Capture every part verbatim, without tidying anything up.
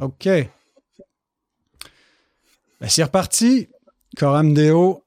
OK. Ben, c'est reparti. Coram Deo.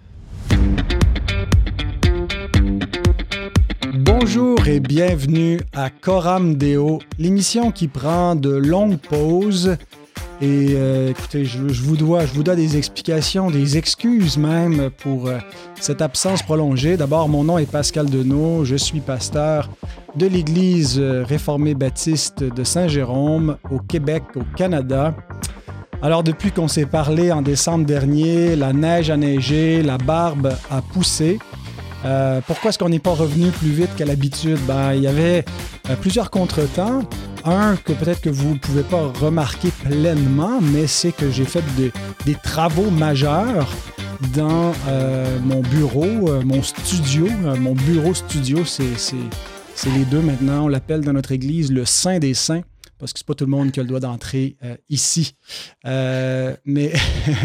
Bonjour et bienvenue à Coram Deo, l'émission qui prend de longues pauses. Et euh, écoutez, je, je, vous dois, je vous dois des explications, des excuses même pour euh, cette absence prolongée. D'abord, mon nom est Pascal Deneau, je suis pasteur de l'Église réformée baptiste de Saint-Jérôme au Québec, au Canada. Alors, depuis qu'on s'est parlé en décembre dernier, la neige a neigé, la barbe a poussé. Euh, pourquoi est-ce qu'on n'est pas revenu plus vite qu'à l'habitude? Ben, il y avait euh, plusieurs contretemps. Un que peut-être que vous ne pouvez pas remarquer pleinement, mais c'est que j'ai fait de, des travaux majeurs dans euh, mon bureau, euh, mon studio. Euh, mon bureau-studio, c'est, c'est, c'est les deux maintenant. On l'appelle dans notre église le Saint des Saints, parce que c'est pas tout le monde qui a le droit d'entrer euh, ici. Euh, mais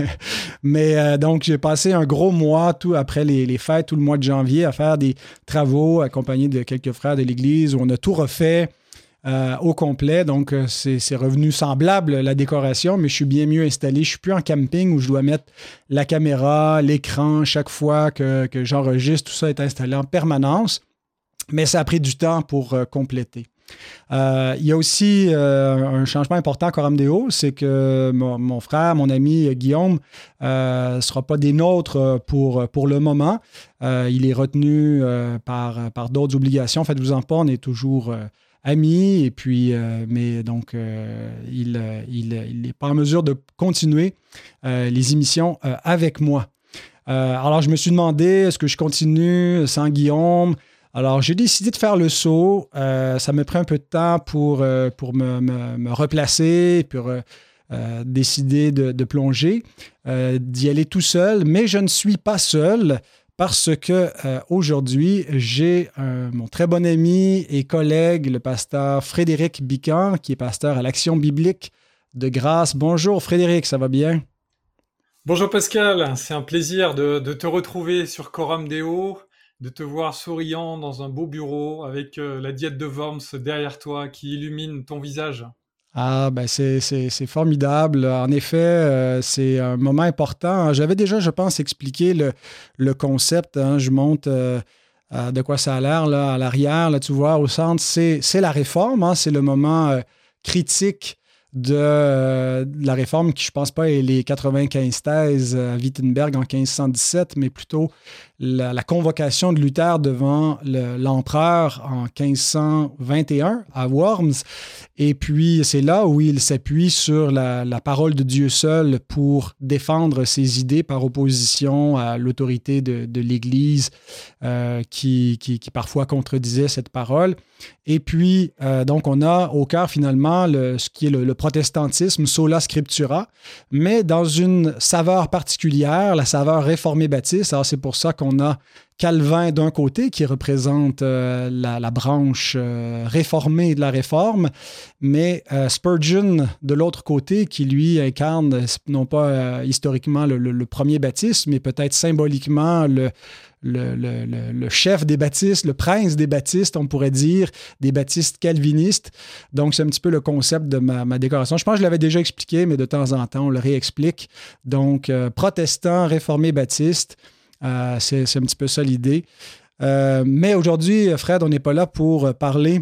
mais euh, donc, j'ai passé un gros mois, tout après les, les fêtes, tout le mois de janvier, à faire des travaux accompagnés de quelques frères de l'église où on a tout refait euh, au complet. Donc, c'est, c'est revenu semblable, la décoration, mais je suis bien mieux installé. Je ne suis plus en camping où je dois mettre la caméra, l'écran, chaque fois que, que j'enregistre. Tout ça est installé en permanence. Mais ça a pris du temps pour euh, compléter. Euh, il y a aussi euh, un changement important à Coram Deo, c'est que mon, mon frère, mon ami Guillaume ne euh, sera pas des nôtres pour, pour le moment. Euh, il est retenu euh, par, par d'autres obligations. Faites-vous-en pas, on est toujours euh, amis. Et puis, euh, mais donc, euh, il n'est il, il pas en mesure de continuer euh, les émissions euh, avec moi. Euh, alors, je me suis demandé, est-ce que je continue sans Guillaume? Alors, j'ai décidé de faire le saut. Euh, ça m'a pris un peu de temps pour, euh, pour me, me, me replacer, pour euh, euh, décider de, de plonger, euh, d'y aller tout seul. Mais je ne suis pas seul parce que euh, aujourd'hui, j'ai un, mon très bon ami et collègue, le pasteur Frédéric Bican, qui est pasteur à l'Action biblique de Grâce. Bonjour Frédéric, ça va bien? Bonjour Pascal, c'est un plaisir de, de te retrouver sur Coram Deo, de te voir souriant dans un beau bureau avec euh, la diète de Worms derrière toi qui illumine ton visage. Ah, ben c'est, c'est, c'est formidable. En effet, euh, c'est un moment important. J'avais déjà, je pense, expliqué le, le concept. Hein. Je montre euh, euh, de quoi ça a l'air là, à l'arrière. Là, tu vois, au centre, c'est, c'est la réforme. Hein. C'est le moment euh, critique de, euh, de la réforme qui, je ne pense pas, est les quatre-vingt-quinze thèses à Wittenberg en quinze cent dix-sept, mais plutôt la, la convocation de Luther devant le, l'empereur en quinze cent vingt et un à Worms. Et puis, c'est là où il s'appuie sur la, la parole de Dieu seul pour défendre ses idées par opposition à l'autorité de, de l'Église euh, qui, qui, qui parfois contredisait cette parole. Et puis, euh, donc, on a au cœur finalement le, ce qui est le, le protestantisme, sola scriptura, mais dans une saveur particulière, la saveur réformée baptiste. Alors, c'est pour ça qu'on a Calvin d'un côté, qui représente euh, la, la branche euh, réformée de la Réforme, mais euh, Spurgeon de l'autre côté, qui lui incarne non pas euh, historiquement le, le, le premier baptiste, mais peut-être symboliquement le, le, le, le, le chef des baptistes, le prince des baptistes, on pourrait dire, des baptistes calvinistes. Donc, c'est un petit peu le concept de ma, ma décoration. Je pense que je l'avais déjà expliqué, mais de temps en temps, on le réexplique. Donc, euh, protestant, réformé, baptiste. Euh, c'est, c'est un petit peu ça l'idée. Euh, mais aujourd'hui, Fred, on n'est pas là pour parler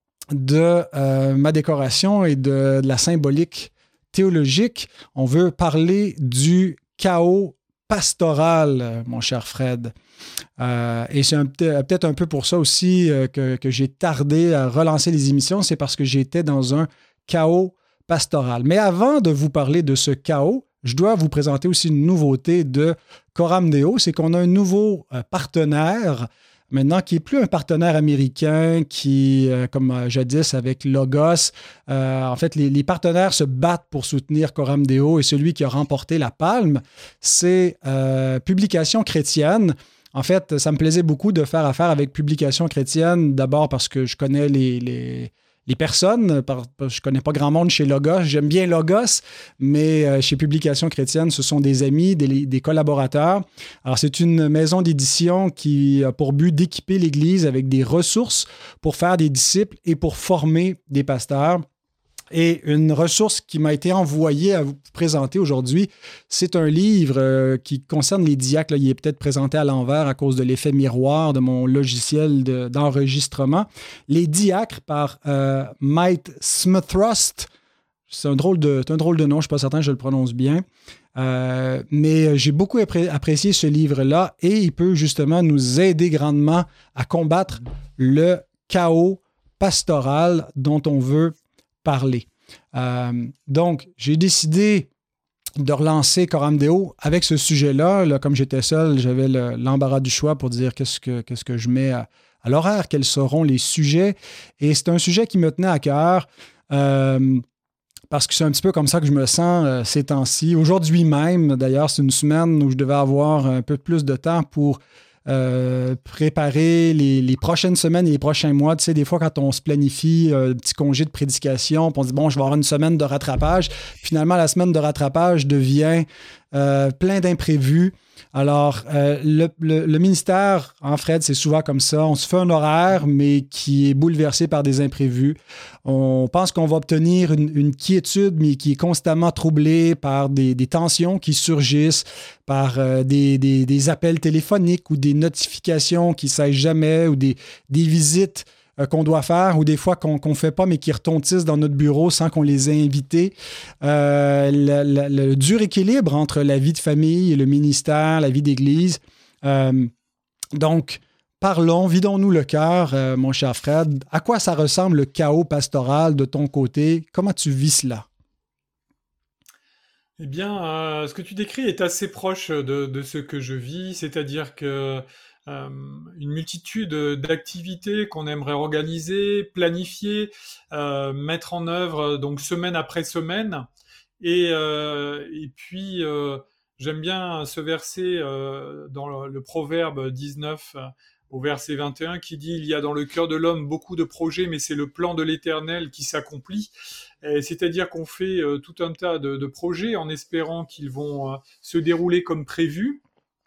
de euh, ma décoration et de, de la symbolique théologique. On veut parler du chaos pastoral, mon cher Fred. Euh, et c'est un, peut-être un peu pour ça aussi euh, que, que j'ai tardé à relancer les émissions, c'est parce que j'étais dans un chaos pastoral. Mais avant de vous parler de ce chaos, je dois vous présenter aussi une nouveauté de Coram Deo, c'est qu'on a un nouveau euh, partenaire maintenant qui n'est plus un partenaire américain qui, euh, comme euh, jadis avec Logos, euh, en fait, les, les partenaires se battent pour soutenir Coram Deo et celui qui a remporté la palme, c'est euh, Publication chrétienne. En fait, ça me plaisait beaucoup de faire affaire avec Publication chrétienne, d'abord parce que je connais les... les Les personnes, par, je ne connais pas grand monde chez Logos, j'aime bien Logos, mais euh, chez Publication chrétienne, ce sont des amis, des, des collaborateurs. Alors, c'est une maison d'édition qui a pour but d'équiper l'Église avec des ressources pour faire des disciples et pour former des pasteurs. Et une ressource qui m'a été envoyée à vous présenter aujourd'hui, c'est un livre euh, qui concerne les diacres. Là, il est peut-être présenté à l'envers à cause de l'effet miroir de mon logiciel de, d'enregistrement. Les diacres par euh, Mike Smethurst. C'est un drôle de, c'est un drôle de nom, je ne suis pas certain que je le prononce bien. Euh, mais j'ai beaucoup appré- apprécié ce livre-là et il peut justement nous aider grandement à combattre le chaos pastoral dont on veut parler. Euh, donc, j'ai décidé de relancer Coram Deo avec ce sujet-là. Là, comme j'étais seul, j'avais le, l'embarras du choix pour dire qu'est-ce que, qu'est-ce que je mets à, à l'horaire, quels seront les sujets. Et c'est un sujet qui me tenait à cœur euh, parce que c'est un petit peu comme ça que je me sens euh, ces temps-ci. Aujourd'hui même, d'ailleurs, c'est une semaine où je devais avoir un peu plus de temps pour Euh, préparer les, les prochaines semaines et les prochains mois. Tu sais, des fois, quand on se planifie euh, un petit congé de prédication, puis on dit, bon, je vais avoir une semaine de rattrapage. Finalement, la semaine de rattrapage devient euh, plein d'imprévus. Alors, euh, le, le, le ministère, en Fred, c'est souvent comme ça. On se fait un horaire, mais qui est bouleversé par des imprévus. On pense qu'on va obtenir une, une quiétude, mais qui est constamment troublée par des, des tensions qui surgissent, par euh, des, des, des appels téléphoniques ou des notifications qui ne cessent jamais, ou des, des visites euh, qu'on doit faire, ou des fois qu'on ne fait pas, mais qui retentissent dans notre bureau sans qu'on les ait invités. Euh, le, le, le dur équilibre entre la vie de famille et le ministère, la vie d'église. Euh, donc, parlons, vidons-nous le cœur, euh, mon cher Fred. À quoi ça ressemble le chaos pastoral de ton côté? Comment tu vis cela? Eh bien, euh, ce que tu décris est assez proche de, de ce que je vis, c'est-à-dire que euh, une multitude d'activités qu'on aimerait organiser, planifier, euh, mettre en œuvre donc semaine après semaine, et, euh, et puis euh, j'aime bien ce verset euh, dans le, le Proverbe dix-neuf euh, au verset vingt et un qui dit: il y a dans le cœur de l'homme beaucoup de projets, mais c'est le plan de l'Éternel qui s'accomplit. Et c'est-à-dire qu'on fait euh, tout un tas de, de projets en espérant qu'ils vont euh, se dérouler comme prévu.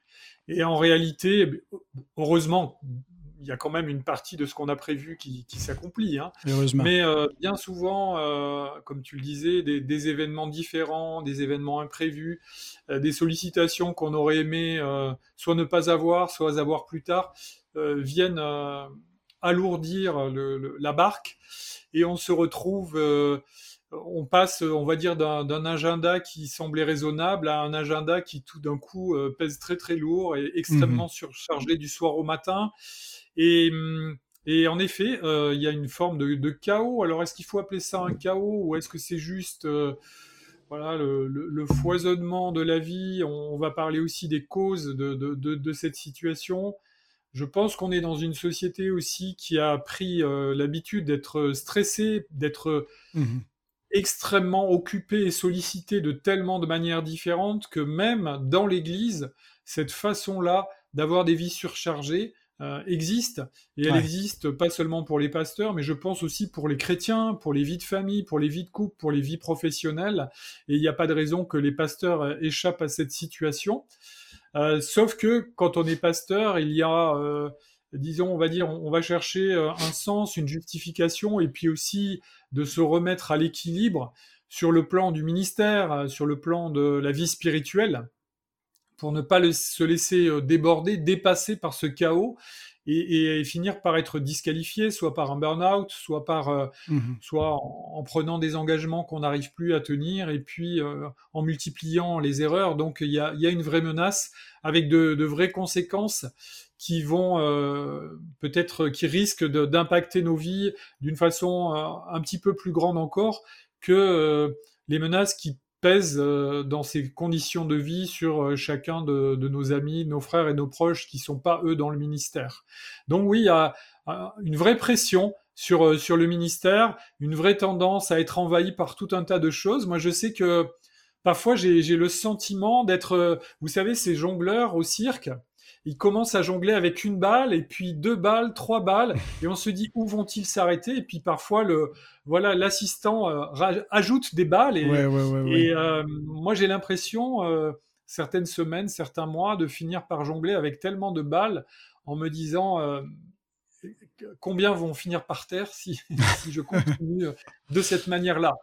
Et en réalité, heureusement, il y a quand même une partie de ce qu'on a prévu qui, qui s'accomplit. Hein. Heureusement. Mais euh, bien souvent, euh, comme tu le disais, des, des événements différents, des événements imprévus, euh, des sollicitations qu'on aurait aimé euh, soit ne pas avoir, soit avoir plus tard, euh, viennent euh, alourdir le, le, la barque. Et on se retrouve, euh, on passe, on va dire, d'un, d'un agenda qui semblait raisonnable à un agenda qui tout d'un coup euh, pèse très très lourd et extrêmement Mm-hmm. surchargé du soir au matin. Et, et en effet, euh, il y a une forme de, de chaos. Alors, est-ce qu'il faut appeler ça un chaos ou est-ce que c'est juste euh, voilà, le, le, le foisonnement de la vie? On, on va parler aussi des causes de, de, de, de cette situation. Je pense qu'on est dans une société aussi qui a pris euh, l'habitude d'être stressée, d'être Mm-hmm. extrêmement occupée et sollicitée de tellement de manières différentes que même dans l'Église, cette façon-là d'avoir des vies surchargées euh, existe. Et elle Ouais. existe pas seulement pour les pasteurs, mais je pense aussi pour les chrétiens, pour les vies de famille, pour les vies de couple, pour les vies professionnelles. Et il n'y a pas de raison que les pasteurs euh, échappent à cette situation. Euh, sauf que quand on est pasteur, il y a, euh, disons, on va dire, on, on va chercher euh, un sens, une justification, et puis aussi de se remettre à l'équilibre sur le plan du ministère, euh, sur le plan de la vie spirituelle, pour ne pas le, se laisser euh, déborder, dépasser par ce chaos, et, et, et finir par être disqualifié, soit par un burn-out, soit par euh, Mm-hmm. soit en, en prenant des engagements qu'on n'arrive plus à tenir et puis euh, en multipliant les erreurs. Donc il y a, y a une vraie menace avec de, de vraies conséquences qui vont euh, peut-être, qui risquent de, d'impacter nos vies d'une façon euh, un petit peu plus grande encore que euh, les menaces qui pèsent euh, dans ces conditions de vie sur euh, chacun de, de nos amis, nos frères et nos proches qui sont pas eux dans le ministère. Donc oui, il y a une vraie pression sur, sur le ministère, une vraie tendance à être envahi par tout un tas de choses. Moi, je sais que parfois, j'ai, j'ai le sentiment d'être, vous savez, ces jongleurs au cirque, ils commencent à jongler avec une balle, et puis deux balles, trois balles, et on se dit où vont-ils s'arrêter? Et puis parfois, le, voilà, l'assistant euh, ra- ajoute des balles, Ouais, et, ouais, ouais, ouais. et euh, moi, j'ai l'impression, euh, certaines semaines, certains mois, de finir par jongler avec tellement de balles en me disant... Euh, combien vont finir par terre si, si je continue de cette manière-là.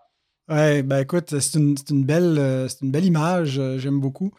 Ouais, ben écoute, c'est une, c'est une belle, euh, c'est une belle image, euh, j'aime beaucoup.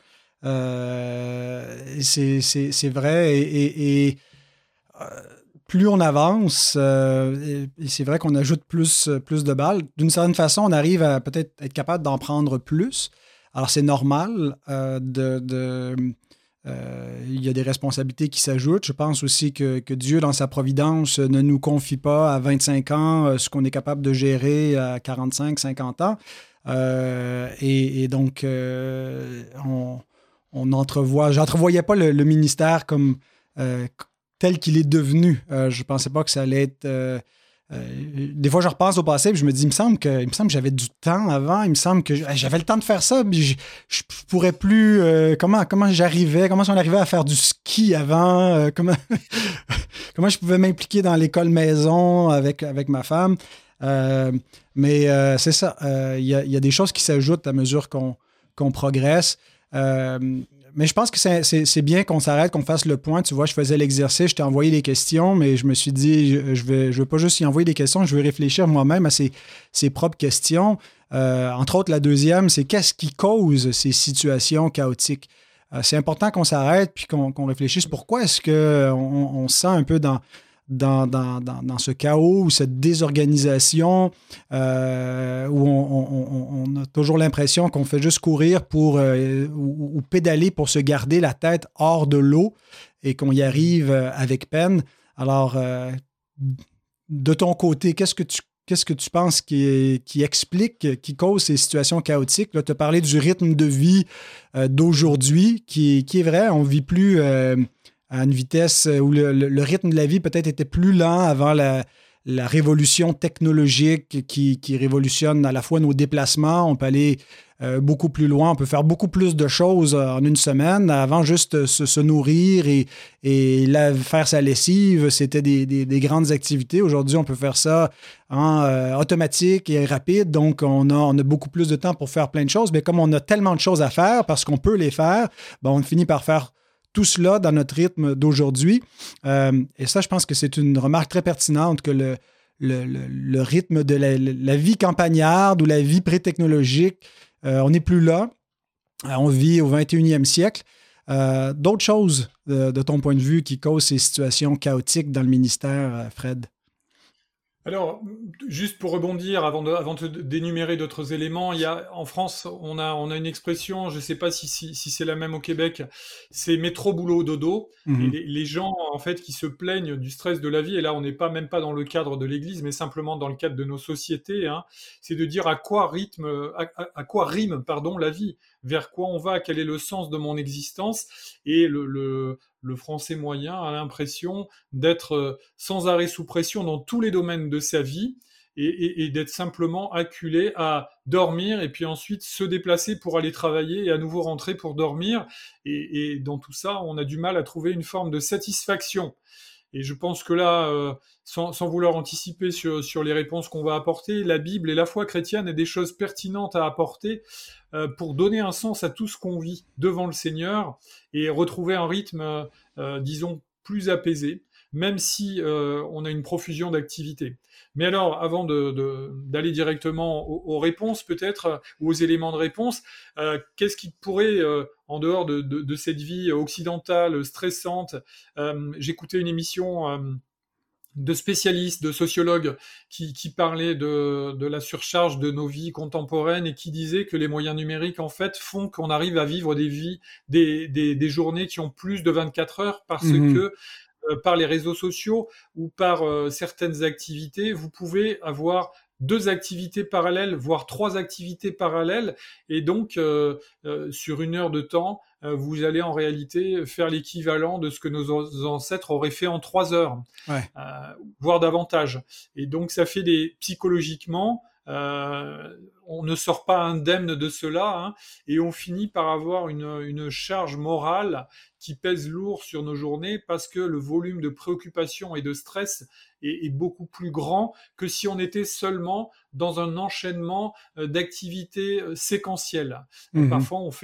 Euh, et c'est, c'est, c'est vrai, et, et- et, euh, plus on avance, euh, et, et c'est vrai qu'on ajoute plus, plus de balles. D'une certaine façon, on arrive à peut-être être capable d'en prendre plus. Alors c'est normal euh, de, de, euh, il y a des responsabilités qui s'ajoutent. Je pense aussi que, que Dieu, dans sa providence, ne nous confie pas à vingt-cinq ans euh, ce qu'on est capable de gérer à quarante-cinq, cinquante ans. Euh, et, et donc, euh, on, on entrevoit, j'entrevoyais pas le, le ministère comme euh, tel qu'il est devenu. Euh, je pensais pas que ça allait être. Euh, euh, des fois, je repense au passé et je me dis, il me semble que, il me semble que j'avais du temps avant. Il me semble que j'avais le temps de faire ça. Puis je, je, je pourrais plus. Euh, comment, comment j'arrivais, comment on arrivait à faire du ski avant. Euh, comment, comment je pouvais m'impliquer dans l'école maison avec, avec ma femme. Euh, mais euh, c'est ça. Il euh, y, y, a des choses qui s'ajoutent à mesure qu'on qu'on progresse. Euh, mais je pense que c'est, c'est, c'est bien qu'on s'arrête, qu'on fasse le point. Tu vois, je faisais l'exercice, je t'ai envoyé des questions, mais je me suis dit, je ne vais, je vais pas juste y envoyer des questions, je vais réfléchir moi-même à ces, ces propres questions. Euh, entre autres, la deuxième, c'est qu'est-ce qui cause ces situations chaotiques? Euh, c'est important qu'on s'arrête puis qu'on, qu'on réfléchisse. Pourquoi est-ce qu'on on se sent un peu dans, dans, dans, dans, dans ce chaos ou cette désorganisation euh, où on, on, on, a toujours l'impression qu'on fait juste courir pour euh, ou, ou pédaler pour se garder la tête hors de l'eau et qu'on y arrive euh, avec peine. Alors, euh, de ton côté, qu'est-ce que tu Qu'est-ce que tu penses qui, qui explique, qui cause ces situations chaotiques? Tu as parlé du rythme de vie euh, d'aujourd'hui, qui, qui est vrai, on ne vit plus euh, à une vitesse où le, le, le rythme de la vie peut-être était plus lent avant la, la révolution technologique qui, qui révolutionne à la fois nos déplacements. On peut aller euh, beaucoup plus loin, on peut faire beaucoup plus de choses en une semaine. Avant, juste se, se nourrir et, et la, faire sa lessive, c'était des, des, des grandes activités. Aujourd'hui, on peut faire ça en euh, automatique et rapide. Donc, on a, on a beaucoup plus de temps pour faire plein de choses. Mais comme on a tellement de choses à faire, parce qu'on peut les faire, ben, on finit par faire tout cela dans notre rythme d'aujourd'hui. Euh, et ça, je pense que c'est une remarque très pertinente que le, le, le, le rythme de la, la, vie campagnarde ou la vie pré-technologique, euh, on n'est plus là. Euh, on vit au vingt et unième siècle. Euh, d'autres choses, de, de ton point de vue, qui causent ces situations chaotiques dans le ministère, Fred? Alors, juste pour rebondir, avant de, avant de d'énumérer d'autres éléments, il y a, en France, on a, on a une expression, je ne sais pas si, si, si c'est la même au Québec, c'est métro, boulot, dodo. Mm-hmm. Et les, les gens, en fait, qui se plaignent du stress de la vie, et là, on n'est pas même pas dans le cadre de l'Église, mais simplement dans le cadre de nos sociétés, hein, c'est de dire à quoi rythme, à, à, à quoi rime, pardon, la vie, vers quoi on va, quel est le sens de mon existence, et le, le le français moyen a l'impression d'être sans arrêt sous pression dans tous les domaines de sa vie et, et, et d'être simplement acculé à dormir et puis ensuite se déplacer pour aller travailler et à nouveau rentrer pour dormir. Et, et dans tout ça, on a du mal à trouver une forme de satisfaction. Et je pense que là, euh, sans, sans vouloir anticiper sur, sur les réponses qu'on va apporter, la Bible et la foi chrétienne a des choses pertinentes à apporter euh, pour donner un sens à tout ce qu'on vit devant le Seigneur et retrouver un rythme, euh, disons, plus apaisé, même si euh, on a une profusion d'activités. Mais alors, avant de, de, d'aller directement aux, aux réponses, peut-être, ou aux éléments de réponse, euh, qu'est-ce qui pourrait, euh, en dehors de, de, de cette vie occidentale, stressante, euh, j'écoutais une émission euh, de spécialistes, de sociologues, qui, qui parlaient de, de la surcharge de nos vies contemporaines et qui disaient que les moyens numériques, en fait, font qu'on arrive à vivre des vies, des, des, des journées qui ont plus de vingt-quatre heures parce mmh. que Euh, par les réseaux sociaux ou par euh, certaines activités, vous pouvez avoir deux activités parallèles, voire trois activités parallèles, et donc euh, euh, sur une heure de temps, euh, vous allez en réalité faire l'équivalent de ce que nos ancêtres auraient fait en trois heures, ouais. euh, voire davantage. Et donc ça fait des psychologiquement, euh, on ne sort pas indemne de cela, hein, et on finit par avoir une, une charge morale qui pèse lourd sur nos journées parce que le volume de préoccupation et de stress est, est beaucoup plus grand que si on était seulement dans un enchaînement d'activités séquentielles. Mm-hmm. Parfois, on fait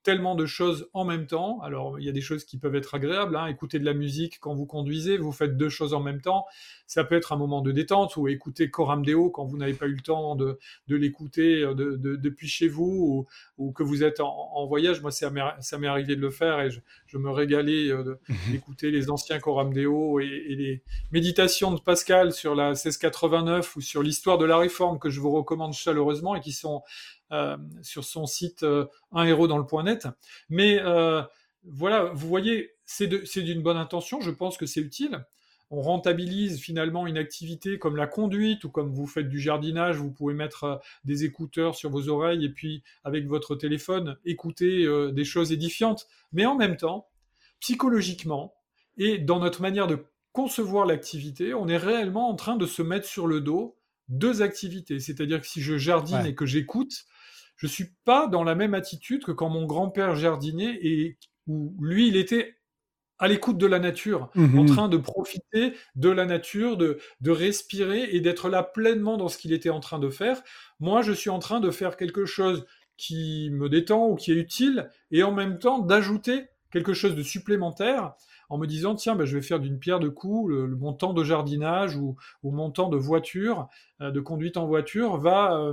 tellement de choses en même temps. Alors, il y a des choses qui peuvent être agréables, hein. Écouter de la musique quand vous conduisez, vous faites deux choses en même temps. Ça peut être un moment de détente, ou écouter Coram Deo quand vous n'avez pas eu le temps de, de l'écouter de, de, depuis chez vous, ou, ou que vous êtes en, en voyage. Moi, ça m'est, ça m'est arrivé de le faire, et je, je me régalais de, d'écouter les anciens Coram Deo et, et les méditations de Pascal sur la seize quatre-vingt-neuf ou sur l'histoire de la Réforme, que je vous recommande chaleureusement et qui sont euh, sur son site euh, un héros dans le point net. Mais euh, voilà, vous voyez, c'est, de, c'est d'une bonne intention, je pense que c'est utile. On rentabilise finalement une activité comme la conduite, ou comme vous faites du jardinage, vous pouvez mettre euh, des écouteurs sur vos oreilles et puis avec votre téléphone écouter euh, des choses édifiantes. Mais en même temps, psychologiquement et dans notre manière de concevoir l'activité, on est réellement en train de se mettre sur le dos deux activités. C'est-à-dire que si je jardine Ouais. et que j'écoute, je ne suis pas dans la même attitude que quand mon grand-père jardinait, et où lui, il était à l'écoute de la nature, en Mm-hmm. train de profiter de la nature, de, de respirer et d'être là pleinement dans ce qu'il était en train de faire. Moi, je suis en train de faire quelque chose qui me détend ou qui est utile, et en même temps d'ajouter quelque chose de supplémentaire en me disant, tiens, ben, je vais faire d'une pierre deux coups, le, le, mon temps de jardinage ou, ou mon temps de voiture, euh, de conduite en voiture, va euh,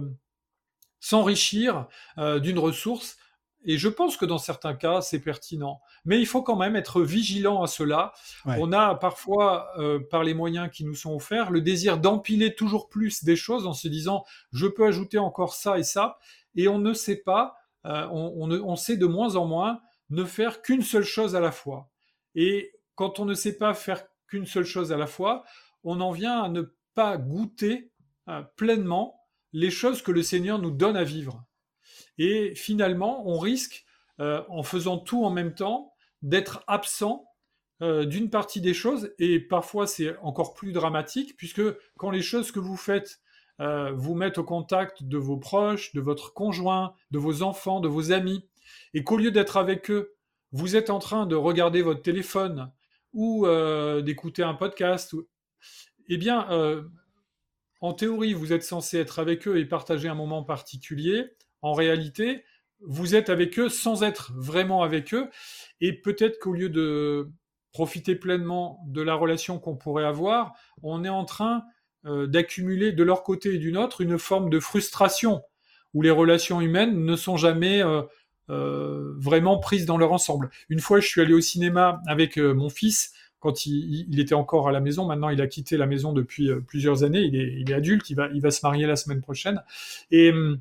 s'enrichir euh, d'une ressource. Et je pense que dans certains cas, c'est pertinent. Mais il faut quand même être vigilant à cela. Ouais. On a parfois, euh, par les moyens qui nous sont offerts, le désir d'empiler toujours plus des choses en se disant « je peux ajouter encore ça et ça ». Et on ne sait pas, euh, on, on, on sait de moins en moins ne faire qu'une seule chose à la fois. Et quand on ne sait pas faire qu'une seule chose à la fois, on en vient à ne pas goûter euh, pleinement les choses que le Seigneur nous donne à vivre. Et finalement, on risque, euh, en faisant tout en même temps, d'être absent euh, d'une partie des choses, et parfois c'est encore plus dramatique, puisque quand les choses que vous faites euh, vous mettent au contact de vos proches, de votre conjoint, de vos enfants, de vos amis, et qu'au lieu d'être avec eux, vous êtes en train de regarder votre téléphone ou euh, d'écouter un podcast, ou... eh bien, euh, en théorie, vous êtes censé être avec eux et partager un moment particulier. En réalité, vous êtes avec eux sans être vraiment avec eux, et peut-être qu'au lieu de profiter pleinement de la relation qu'on pourrait avoir, on est en train euh, d'accumuler de leur côté et du nôtre une forme de frustration, où les relations humaines ne sont jamais euh, euh, vraiment prises dans leur ensemble. Une fois, je suis allé au cinéma avec euh, mon fils, quand il, il était encore à la maison. Maintenant, il a quitté la maison depuis euh, plusieurs années, il est, il est adulte, il va, il va se marier la semaine prochaine, et euh,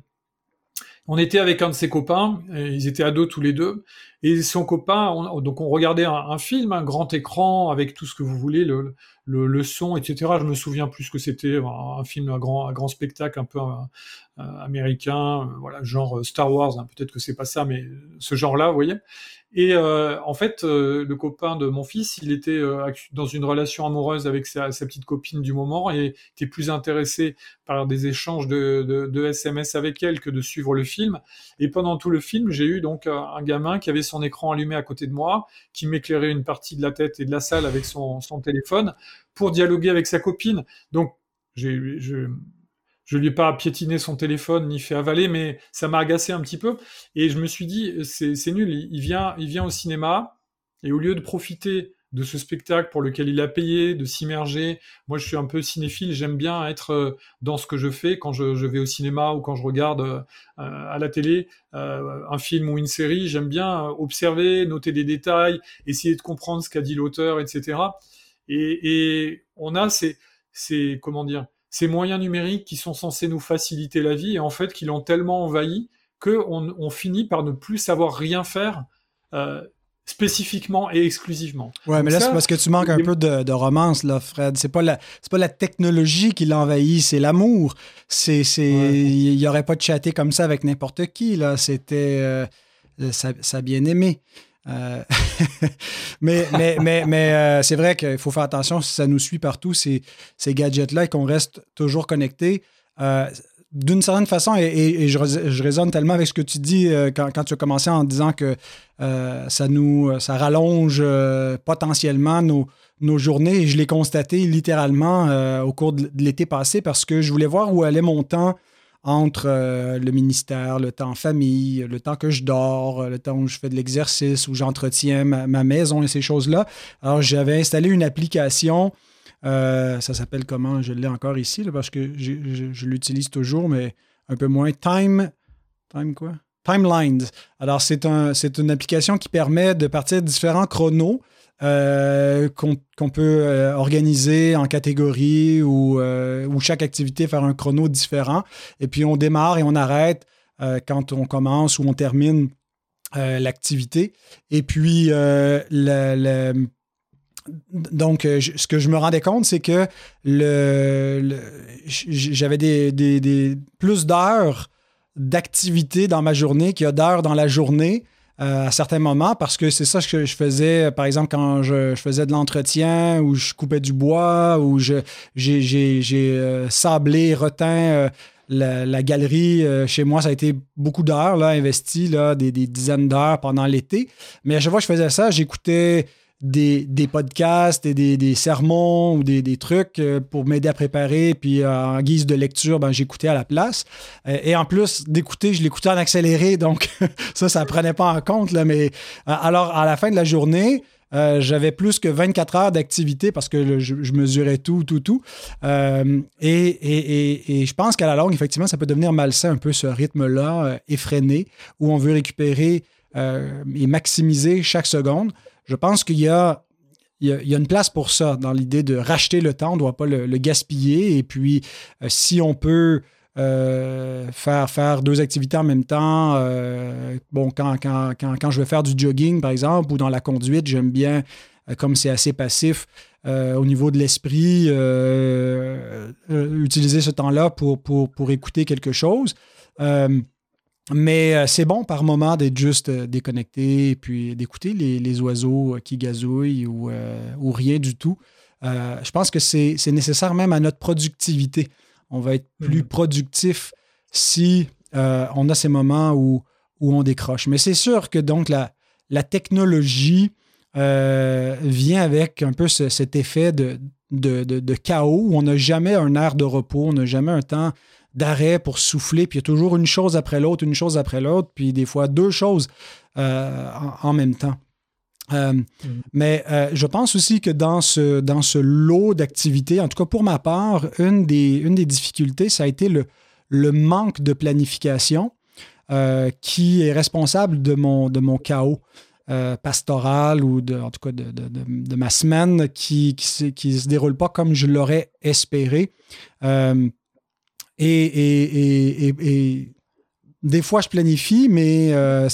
on était avec un de ses copains, ils étaient ados tous les deux, et son copain, on, donc on regardait un, un film, un grand écran, avec tout ce que vous voulez, le, le, le son, et cetera. Je me souviens plus que c'était un, un film, un grand, un grand spectacle, un peu un, un américain, voilà, genre Star Wars, hein, peut-être que c'est pas ça, mais ce genre-là, vous voyez. Et euh, en fait, euh, le copain de mon fils, il était euh, dans une relation amoureuse avec sa, sa petite copine du moment, et était plus intéressé par des échanges de, de, de S M S avec elle que de suivre le film. Et pendant tout le film, j'ai eu donc un gamin qui avait son écran allumé à côté de moi, qui m'éclairait une partie de la tête et de la salle avec son, son téléphone pour dialoguer avec sa copine. Donc, j'ai... Je, Je lui ai pas piétiné son téléphone ni fait avaler, mais ça m'a agacé un petit peu. Et je me suis dit, c'est, c'est nul, il vient, il vient au cinéma, et au lieu de profiter de ce spectacle pour lequel il a payé, de s'immerger, moi je suis un peu cinéphile, j'aime bien être dans ce que je fais quand je, je vais au cinéma ou quand je regarde euh, à la télé euh, un film ou une série, j'aime bien observer, noter des détails, essayer de comprendre ce qu'a dit l'auteur, et cetera. Et, et on a ces, ces, comment dire, ces moyens numériques qui sont censés nous faciliter la vie, et en fait qui l'ont tellement envahi qu'on on finit par ne plus savoir rien faire euh, spécifiquement et exclusivement. Ouais, Donc mais là, ça, c'est parce que tu manques un les... peu de, de romance, là, Fred. C'est pas la, c'est pas la technologie qui l'envahit, c'est l'amour. C'est, c'est, Ouais. il y aurait pas de chatter comme ça avec n'importe qui, là. C'était euh, sa, sa bien-aimée. Euh, mais mais, mais, mais euh, c'est vrai qu'il faut faire attention si ça nous suit partout, ces, ces gadgets-là, et qu'on reste toujours connectés. Euh, d'une certaine façon, et, et, et je, je résonne tellement avec ce que tu dis euh, quand, quand tu as commencé en disant que euh, ça nous ça rallonge euh, potentiellement nos, nos journées, et je l'ai constaté littéralement euh, au cours de, de l'été passé, parce que je voulais voir où allait mon temps entre euh, le ministère, le temps en famille, le temps que je dors, le temps où je fais de l'exercice, où j'entretiens ma, ma maison et ces choses-là. Alors, j'avais installé une application, euh, ça s'appelle comment? Je l'ai encore ici, là, parce que je, je, je l'utilise toujours, mais un peu moins. Time, time quoi? Timelines. Alors, c'est, un, c'est une application qui permet de partir de différents chronos euh, qu'on, qu'on peut euh, organiser en catégories ou, euh, ou chaque activité faire un chrono différent. Et puis, on démarre et on arrête euh, quand on commence ou on termine euh, l'activité. Et puis, euh, le, le, donc, je, ce que je me rendais compte, c'est que le, le, j'avais des, des, des, plus d'heures d'activité dans ma journée qu'il y a d'heures dans la journée euh, à certains moments, parce que c'est ça que je faisais, par exemple, quand je, je faisais de l'entretien ou je coupais du bois ou je, j'ai, j'ai, j'ai euh, sablé, reteint euh, la, la galerie. Euh, chez moi, ça a été beaucoup d'heures là, investies, là, des, des dizaines d'heures pendant l'été. Mais à chaque fois que je faisais ça, j'écoutais Des, des podcasts et des, des sermons ou des, des trucs pour m'aider à préparer. Puis euh, en guise de lecture, ben, j'écoutais à la place. Euh, et en plus d'écouter, je l'écoutais en accéléré. Donc ça, ça ne prenait pas en compte. Là, mais euh, alors, à la fin de la journée, euh, j'avais plus que vingt-quatre heures d'activité parce que le, je, je mesurais tout, tout, tout. Euh, et, et, et, et je pense qu'à la longue, effectivement, ça peut devenir malsain un peu ce rythme-là, euh, effréné, où on veut récupérer euh, et maximiser chaque seconde. Je pense qu'il y a, il y a, il y a une place pour ça, dans l'idée de racheter le temps, on ne doit pas le, le gaspiller. Et puis, euh, si on peut euh, faire, faire deux activités en même temps, euh, bon, quand, quand, quand, quand je vais faire du jogging, par exemple, ou dans la conduite, j'aime bien, euh, comme c'est assez passif, euh, au niveau de l'esprit, euh, euh, utiliser ce temps-là pour, pour, pour écouter quelque chose. Euh, Mais euh, c'est bon par moment d'être juste euh, déconnecté et puis d'écouter les, les oiseaux euh, qui gazouillent ou, euh, ou rien du tout. Euh, je pense que c'est, c'est nécessaire même à notre productivité. On va être plus Mmh. productif si euh, on a ces moments où, où on décroche. Mais c'est sûr que donc la, la technologie euh, vient avec un peu ce- cet effet de, de, de, de chaos où on n'a jamais un air de repos, on n'a jamais un temps d'arrêt pour souffler, puis il y a toujours une chose après l'autre, une chose après l'autre, puis des fois deux choses euh, en, en même temps. Euh, Mmh. mais euh, je pense aussi que dans ce, dans ce lot d'activités, en tout cas pour ma part, une des, une des difficultés, ça a été le, le manque de planification euh, qui est responsable de mon, de mon chaos euh, pastoral ou de, en tout cas de, de, de, de ma semaine qui ne qui, qui se déroule pas comme je l'aurais espéré. Euh, et, et, et, et, et des fois, je planifie, mais euh,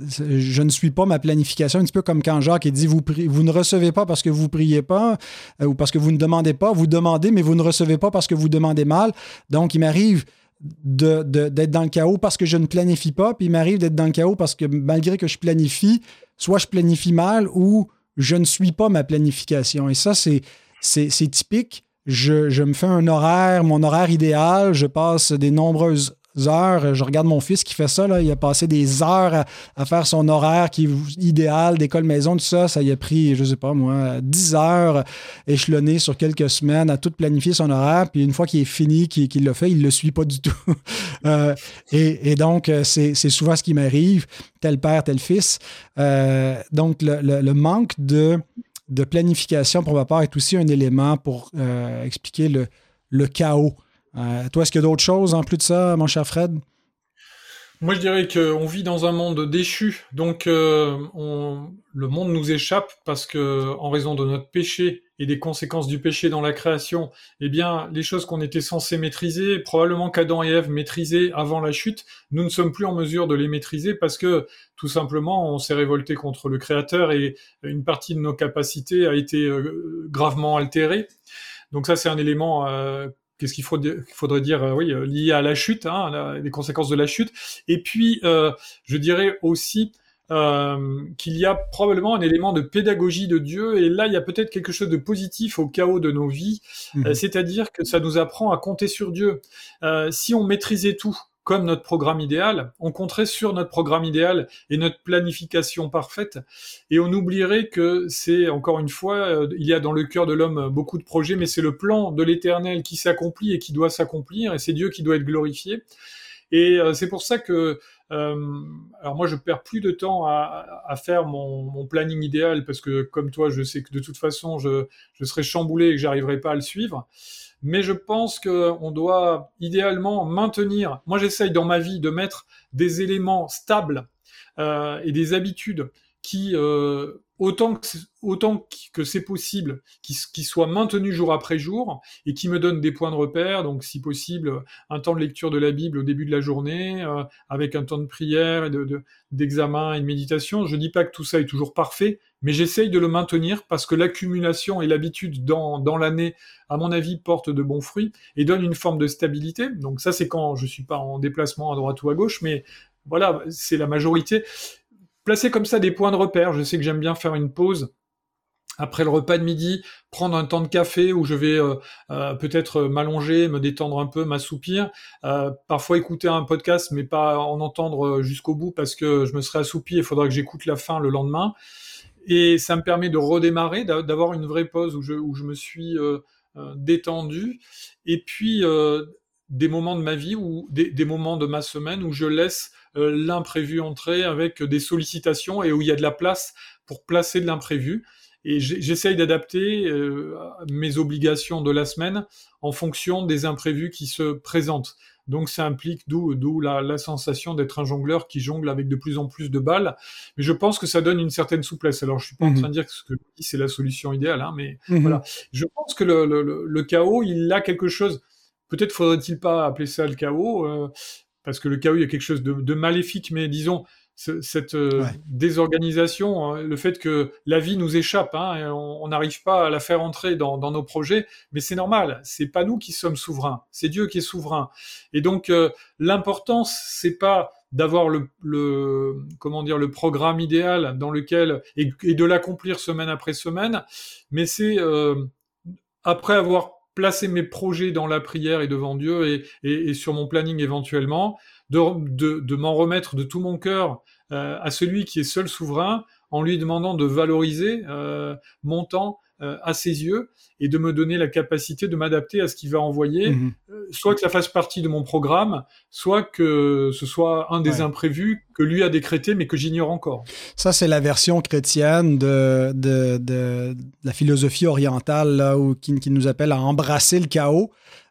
je ne suis pas ma planification. Un petit peu comme quand Jacques dit vous, pri- vous ne recevez pas parce que vous ne priez pas euh, ou parce que vous ne demandez pas. Vous demandez, mais vous ne recevez pas parce que vous demandez mal. Donc, il m'arrive de, de, d'être dans le chaos parce que je ne planifie pas. Puis il m'arrive d'être dans le chaos parce que malgré que je planifie, soit je planifie mal ou je ne suis pas ma planification. Et ça, c'est, c'est, c'est typique. Je, je me fais un horaire, mon horaire idéal. Je passe des nombreuses heures. Je regarde mon fils qui fait ça. Là. Il a passé des heures à, à faire son horaire qui est idéal d'école-maison, tout ça. Ça y a pris, je ne sais pas moi, dix heures échelonnées sur quelques semaines à tout planifier son horaire. Puis une fois qu'il est fini, qu'il, qu'il l'a fait, il ne le suit pas du tout. euh, et, et donc, c'est, c'est souvent ce qui m'arrive. Tel père, tel fils. Euh, donc, le, le, le manque de... de planification, pour ma part, est aussi un élément pour euh, expliquer le, le chaos. Euh, toi, est-ce qu'il y a d'autres choses en plus de ça, mon cher Fred? Moi, je dirais qu'on vit dans un monde déchu, donc euh, on, le monde nous échappe parce que, en raison de notre péché et des conséquences du péché dans la création, eh bien, les choses qu'on était censés maîtriser, probablement qu'Adam et Ève maîtrisaient avant la chute, nous ne sommes plus en mesure de les maîtriser parce que, tout simplement, on s'est révolté contre le Créateur et une partie de nos capacités a été euh, gravement altérée. Donc ça, c'est un élément euh, qu'est-ce qu'il faut qu'il faudrait dire, euh, oui, euh, lié à la chute, hein, la, les conséquences de la chute. Et puis, euh, je dirais aussi euh, qu'il y a probablement un élément de pédagogie de Dieu, et là, il y a peut-être quelque chose de positif au chaos de nos vies, Mm-hmm. euh, c'est-à-dire que ça nous apprend à compter sur Dieu. Euh, si on maîtrisait tout, comme notre programme idéal, on compterait sur notre programme idéal et notre planification parfaite, et on oublierait que c'est, encore une fois, euh, il y a dans le cœur de l'homme beaucoup de projets, mais c'est le plan de l'Éternel qui s'accomplit et qui doit s'accomplir, et c'est Dieu qui doit être glorifié. Et euh, c'est pour ça que, euh, alors moi je perds plus de temps à, à faire mon, mon planning idéal parce que comme toi je sais que de toute façon je, je serai chamboulé et que j'arriverai pas à le suivre. Mais je pense qu'on doit idéalement maintenir. Moi j'essaye dans ma vie de mettre des éléments stables euh, et des habitudes qui euh, autant que autant que c'est possible, qui, qui soient maintenus jour après jour et qui me donnent des points de repère. Donc, si possible, un temps de lecture de la Bible au début de la journée, euh, avec un temps de prière et de, de, d'examen et de méditation. Je dis pas que tout ça est toujours parfait, mais j'essaye de le maintenir parce que l'accumulation et l'habitude dans, dans l'année, à mon avis, portent de bons fruits et donnent une forme de stabilité. Donc ça, c'est quand je suis pas en déplacement à droite ou à gauche, mais voilà, c'est la majorité. Placer comme ça des points de repère. Je sais que j'aime bien faire une pause après le repas de midi, prendre un temps de café où je vais euh, euh, peut-être m'allonger, me détendre un peu, m'assoupir. Euh, parfois écouter un podcast, mais pas en entendre jusqu'au bout parce que je me serais assoupi et il faudra que j'écoute la fin le lendemain. Et ça me permet de redémarrer, d'avoir une vraie pause où je, où je me suis euh, euh, détendu. Et puis euh, des moments de ma vie ou des, des moments de ma semaine où je laisse euh, l'imprévu entrer avec des sollicitations et où il y a de la place pour placer de l'imprévu. Et j'essaye d'adapter euh, mes obligations de la semaine en fonction des imprévus qui se présentent. Donc ça implique d'où d'où la, la sensation d'être un jongleur qui jongle avec de plus en plus de balles. Mais je pense que ça donne une certaine souplesse. Alors je suis pas mmh. en train de dire que ce que je dis c'est la solution idéale, hein, mais mmh. voilà. Je pense que le, le, le chaos, il a quelque chose. Peut-être faudrait-il pas appeler ça le chaos, euh, parce que le chaos il y a quelque chose de, de maléfique, mais disons cette euh, ouais. désorganisation, hein, le fait que la vie nous échappe, hein, on n'arrive pas à la faire entrer dans, dans nos projets, mais c'est normal, c'est pas nous qui sommes souverains, c'est Dieu qui est souverain. Et donc euh, l'importance, c'est pas d'avoir le, le comment dire le programme idéal dans lequel et, et de l'accomplir semaine après semaine, mais c'est euh, après avoir placé mes projets dans la prière et devant Dieu et, et, et sur mon planning éventuellement, de, de, de m'en remettre de tout mon cœur euh, à celui qui est seul souverain, en lui demandant de valoriser euh, mon temps euh, à ses yeux et de me donner la capacité de m'adapter à ce qu'il va envoyer, mmh. euh, soit que ça fasse partie de mon programme, soit que ce soit un des ouais. imprévus que lui a décrété mais que j'ignore encore. Ça, c'est la version chrétienne de, de, de, de la philosophie orientale là, où, qui, qui nous appelle à embrasser le chaos.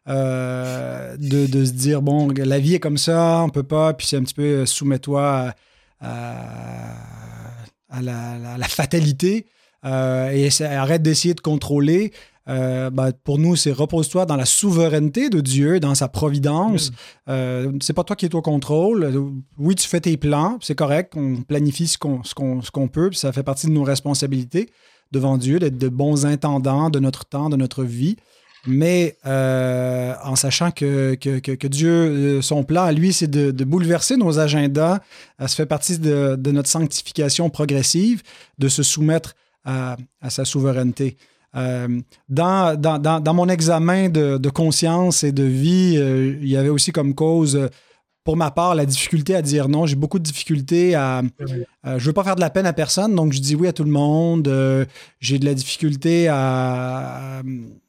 Euh, de, de se dire, bon, la vie est comme ça, on peut pas, puis c'est un petit peu soumets-toi à, à, à, la, à la fatalité euh, et arrête d'essayer de contrôler. Euh, ben, pour nous, c'est repose-toi dans la souveraineté de Dieu, dans sa providence. Mmh. Euh, c'est pas toi qui es au contrôle. Oui, tu fais tes plans, c'est correct, on planifie ce qu'on, ce qu'on, ce qu'on peut, puis ça fait partie de nos responsabilités devant Dieu, d'être de bons intendants de notre temps, de notre vie. Mais euh, en sachant que, que, que, que Dieu, son plan à lui, c'est de, de bouleverser nos agendas. Ça fait partie de, de notre sanctification progressive, de se soumettre à, à sa souveraineté. Euh, dans, dans, dans, dans mon examen de, de conscience et de vie, euh, il y avait aussi comme cause, pour ma part, la difficulté à dire non. J'ai beaucoup de difficultés à... Euh, je veux pas faire de la peine à personne, donc je dis oui à tout le monde. Euh, j'ai de la difficulté à... à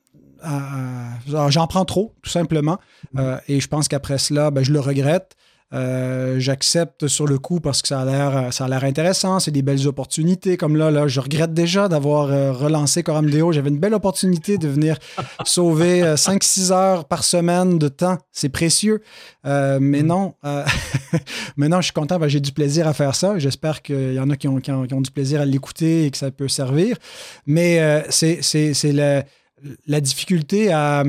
Euh, j'en prends trop, tout simplement. Euh, et je pense qu'après cela, ben, je le regrette. Euh, j'accepte sur le coup parce que ça a l'air, ça a l'air intéressant. C'est des belles opportunités. Comme là, là je regrette déjà d'avoir euh, relancé Coram Deo. J'avais une belle opportunité de venir sauver euh, cinq six heures par semaine de temps. C'est précieux. Euh, mais non. Euh, mais non, je suis content. Ben, j'ai du plaisir à faire ça. J'espère qu'il y en a qui ont, qui ont, qui ont du plaisir à l'écouter et que ça peut servir. Mais euh, c'est, c'est, c'est le... la difficulté à,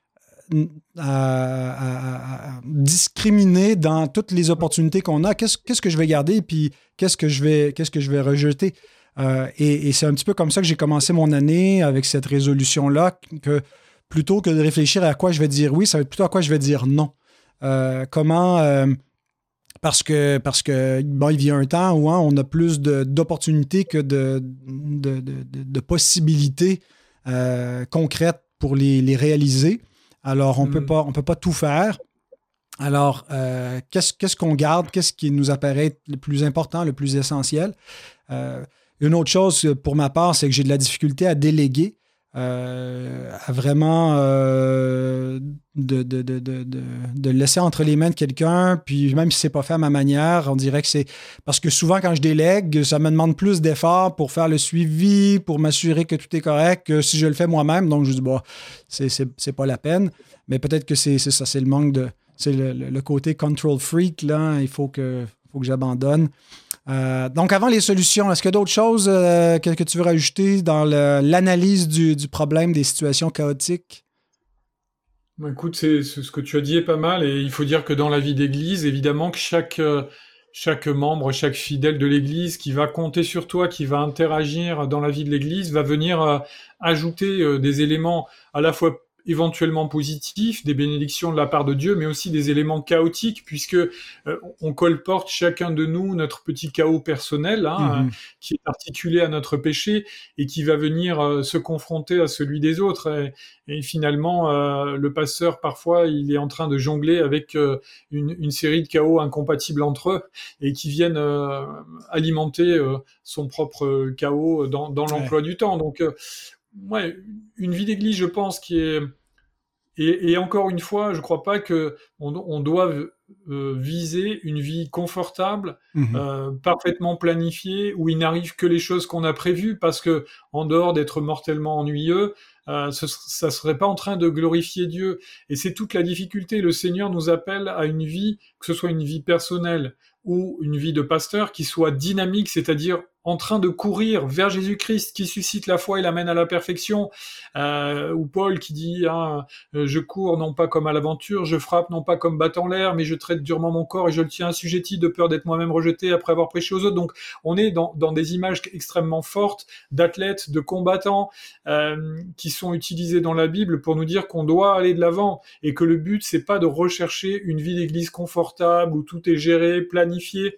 à, à, à discriminer dans toutes les opportunités qu'on a. Qu'est-ce, qu'est-ce que je vais garder et puis qu'est-ce que je vais, qu'est-ce que je vais rejeter? Euh, et, et c'est un petit peu comme ça que j'ai commencé mon année avec cette résolution-là, que plutôt que de réfléchir à quoi je vais dire oui, ça va être plutôt à quoi je vais dire non. Euh, comment... Euh, Parce que, parce que bon, il y a un temps où hein, on a plus de, d'opportunités que de, de, de, de possibilités Euh, concrètes pour les, les réaliser. Alors, on mmh. peut pas, on peut pas tout faire. Alors, euh, qu'est-ce, qu'est-ce qu'on garde? Qu'est-ce qui nous apparaît le plus important, le plus essentiel? Euh, une autre chose, pour ma part, c'est que j'ai de la difficulté à déléguer. euh, à vraiment euh, de, de, de, de, de, de laisser entre les mains de quelqu'un, puis même si c'est pas fait à ma manière, on dirait que c'est... Parce que souvent, quand je délègue, ça me demande plus d'efforts pour faire le suivi, pour m'assurer que tout est correct, que si je le fais moi-même. Donc, je dis, bah, c'est, c'est, c'est pas la peine. Mais peut-être que c'est, c'est ça, c'est le manque de... C'est le, le, le côté control freak, là. Il faut que, faut que j'abandonne. Euh, donc, avant les solutions, est-ce qu'il y a d'autres choses euh, que, que tu veux rajouter dans le, l'analyse du, du problème des situations chaotiques? Bah, écoute, c'est, c'est- ce que tu as dit est pas mal, et il faut dire que dans la vie d'église, évidemment que chaque, euh, chaque membre, chaque fidèle de l'église qui va compter sur toi, qui va interagir dans la vie de l'église, va venir euh, ajouter euh, des éléments à la fois éventuellement positifs, des bénédictions de la part de Dieu, mais aussi des éléments chaotiques, puisque euh, on colporte chacun de nous notre petit chaos personnel, hein, euh, Mhm. qui est articulé à notre péché et qui va venir euh, se confronter à celui des autres. Et, et finalement, euh, le pasteur, parfois, il est en train de jongler avec euh, une, une série de chaos incompatibles entre eux et qui viennent euh, alimenter euh, son propre chaos dans, dans Ouais. l'emploi du temps. Donc, euh, ouais, une vie d'église, je pense, qui est... Et, et encore une fois, je crois pas que on, on doive euh, viser une vie confortable, Mhm. euh, parfaitement planifiée, où il n'arrive que les choses qu'on a prévues, parce que en dehors d'être mortellement ennuyeux, euh, ce, ça serait pas en train de glorifier Dieu. Et c'est toute la difficulté. Le Seigneur nous appelle à une vie, que ce soit une vie personnelle ou une vie de pasteur, qui soit dynamique, c'est-à-dire en train de courir vers Jésus-Christ, qui suscite la foi et l'amène à la perfection. Euh, ou Paul qui dit hein, euh, je cours non pas comme à l'aventure, je frappe non pas comme battant l'air, mais je traite durement mon corps et je le tiens assujetti de peur d'être moi-même rejeté après avoir prêché aux autres. Donc on est dans, dans des images extrêmement fortes d'athlètes, de combattants euh, qui sont utilisés dans la Bible pour nous dire qu'on doit aller de l'avant et que le but c'est pas de rechercher une vie d'église confortable où tout est géré, planifié.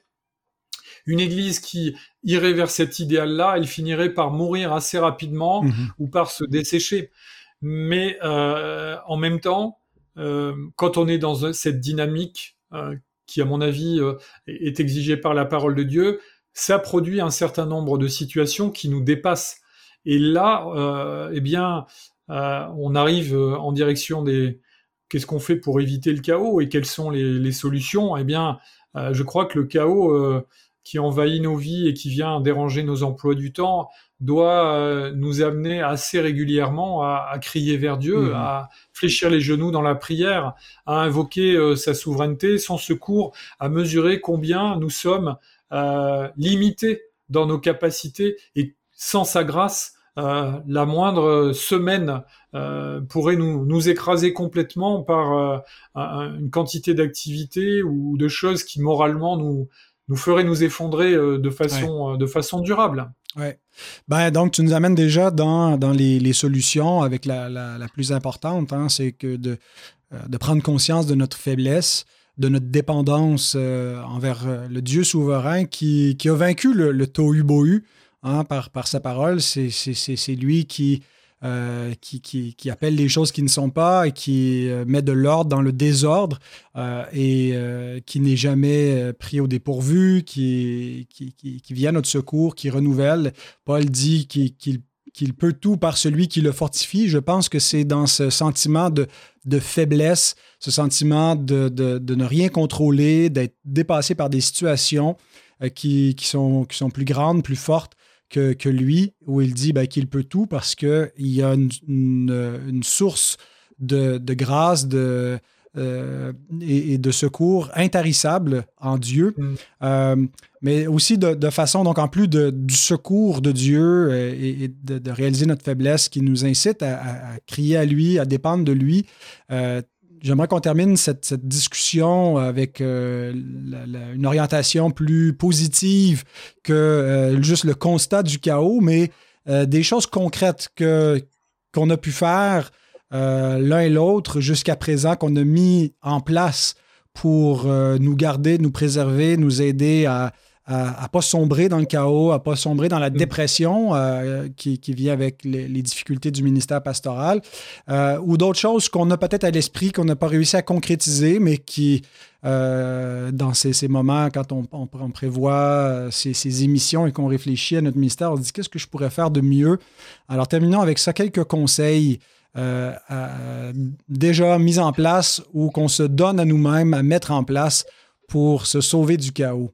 Une église qui irait vers cet idéal-là, elle finirait par mourir assez rapidement Mhm. ou par se dessécher. Mais euh, en même temps, euh, quand on est dans cette dynamique euh, qui, à mon avis, euh, est exigée par la parole de Dieu, ça produit un certain nombre de situations qui nous dépassent. Et là, euh, eh bien, euh, on arrive en direction des... Qu'est-ce qu'on fait pour éviter le chaos et quelles sont les, les solutions? Eh bien, euh, je crois que le chaos euh, qui envahit nos vies et qui vient déranger nos emplois du temps doit euh, nous amener assez régulièrement à, à crier vers Dieu, Mhm. à fléchir les genoux dans la prière, à invoquer euh, sa souveraineté, son secours, à mesurer combien nous sommes euh, limités dans nos capacités et sans sa grâce, euh, la moindre semaine euh, pourrait nous, nous écraser complètement par euh, un- une quantité d'activités ou de choses qui moralement nous, nous feraient nous effondrer euh, de Ouais. façon, euh, de façon durable. Ouais. Ben, donc, tu nous amènes déjà dans, dans les, les solutions avec la, la, la plus importante, hein, c'est que de, euh, de prendre conscience de notre faiblesse, de notre dépendance euh, envers euh, le Dieu souverain qui, qui a vaincu le, le tohu-bohu hein, par, par sa parole. C'est, c'est, c'est, c'est lui qui, euh, qui, qui, qui appelle les choses qui ne sont pas et qui euh, met de l'ordre dans le désordre euh, et euh, qui n'est jamais euh, pris au dépourvu, qui, qui, qui, qui vient à notre secours, qui renouvelle. Paul dit qu'il, qu'il qu'il peut tout par celui qui le fortifie. Je pense que c'est dans ce sentiment de, de faiblesse, ce sentiment de, de, de ne rien contrôler, d'être dépassé par des situations euh, qui, qui, sont, qui sont plus grandes, plus fortes que, que lui, où il dit ben, qu'il peut tout parce qu'il y a une, une, une source de, de grâce de, euh, et, et de secours intarissable en Dieu. Mm. Euh, mais aussi de, de façon, donc en plus de, du secours de Dieu euh, et, et de, de réaliser notre faiblesse qui nous incite à, à, à crier à lui, à dépendre de lui. Euh, J'aimerais qu'on termine cette, cette discussion avec euh, la, la, une orientation plus positive que euh, juste le constat du chaos, mais euh, des choses concrètes que, qu'on a pu faire euh, l'un et l'autre jusqu'à présent, qu'on a mis en place pour euh, nous garder, nous préserver, nous aider à, à ne pas sombrer dans le chaos, à ne pas sombrer dans la dépression euh, qui, qui vient avec les, les difficultés du ministère pastoral, euh, ou d'autres choses qu'on a peut-être à l'esprit, qu'on n'a pas réussi à concrétiser, mais qui, euh, dans ces, ces moments, quand on, on, on prévoit ces, ces émissions et qu'on réfléchit à notre ministère, on se dit qu'est-ce que je pourrais faire de mieux? Alors, terminons avec ça, quelques conseils euh, euh, déjà mis en place ou qu'on se donne à nous-mêmes à mettre en place pour se sauver du chaos.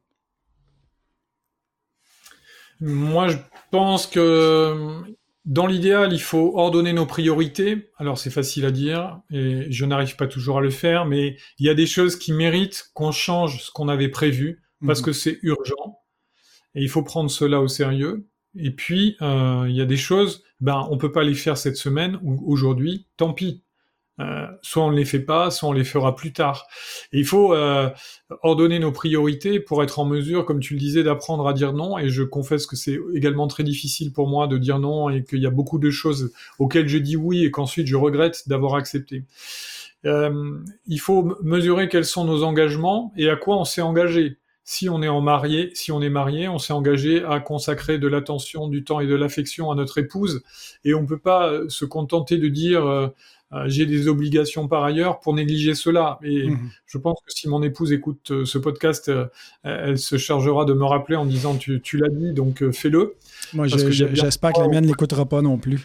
Moi, je pense que dans l'idéal, il faut ordonner nos priorités. Alors, c'est facile à dire et je n'arrive pas toujours à le faire, mais il y a des choses qui méritent qu'on change ce qu'on avait prévu parce mmh. que c'est urgent et il faut prendre cela au sérieux. Et puis, euh, il y a des choses, ben, on peut pas les faire cette semaine ou aujourd'hui, tant pis. Euh, soit on ne les fait pas, soit on les fera plus tard. Et il faut euh, ordonner nos priorités pour être en mesure, comme tu le disais, d'apprendre à dire non. Et je confesse que c'est également très difficile pour moi de dire non et qu'il y a beaucoup de choses auxquelles je dis oui et qu'ensuite je regrette d'avoir accepté. Euh, il faut mesurer quels sont nos engagements et à quoi on s'est engagé. Si on est en marié, si on est marié, on s'est engagé à consacrer de l'attention, du temps et de l'affection à notre épouse. Et on peut pas se contenter de dire euh, Euh, j'ai des obligations par ailleurs pour négliger cela. Et mmh. je pense que si mon épouse écoute euh, ce podcast, euh, elle se chargera de me rappeler en disant tu, tu l'as dit, donc euh, fais-le. Moi, je, que je, j'espère que la mienne ne l'écoutera pas non plus.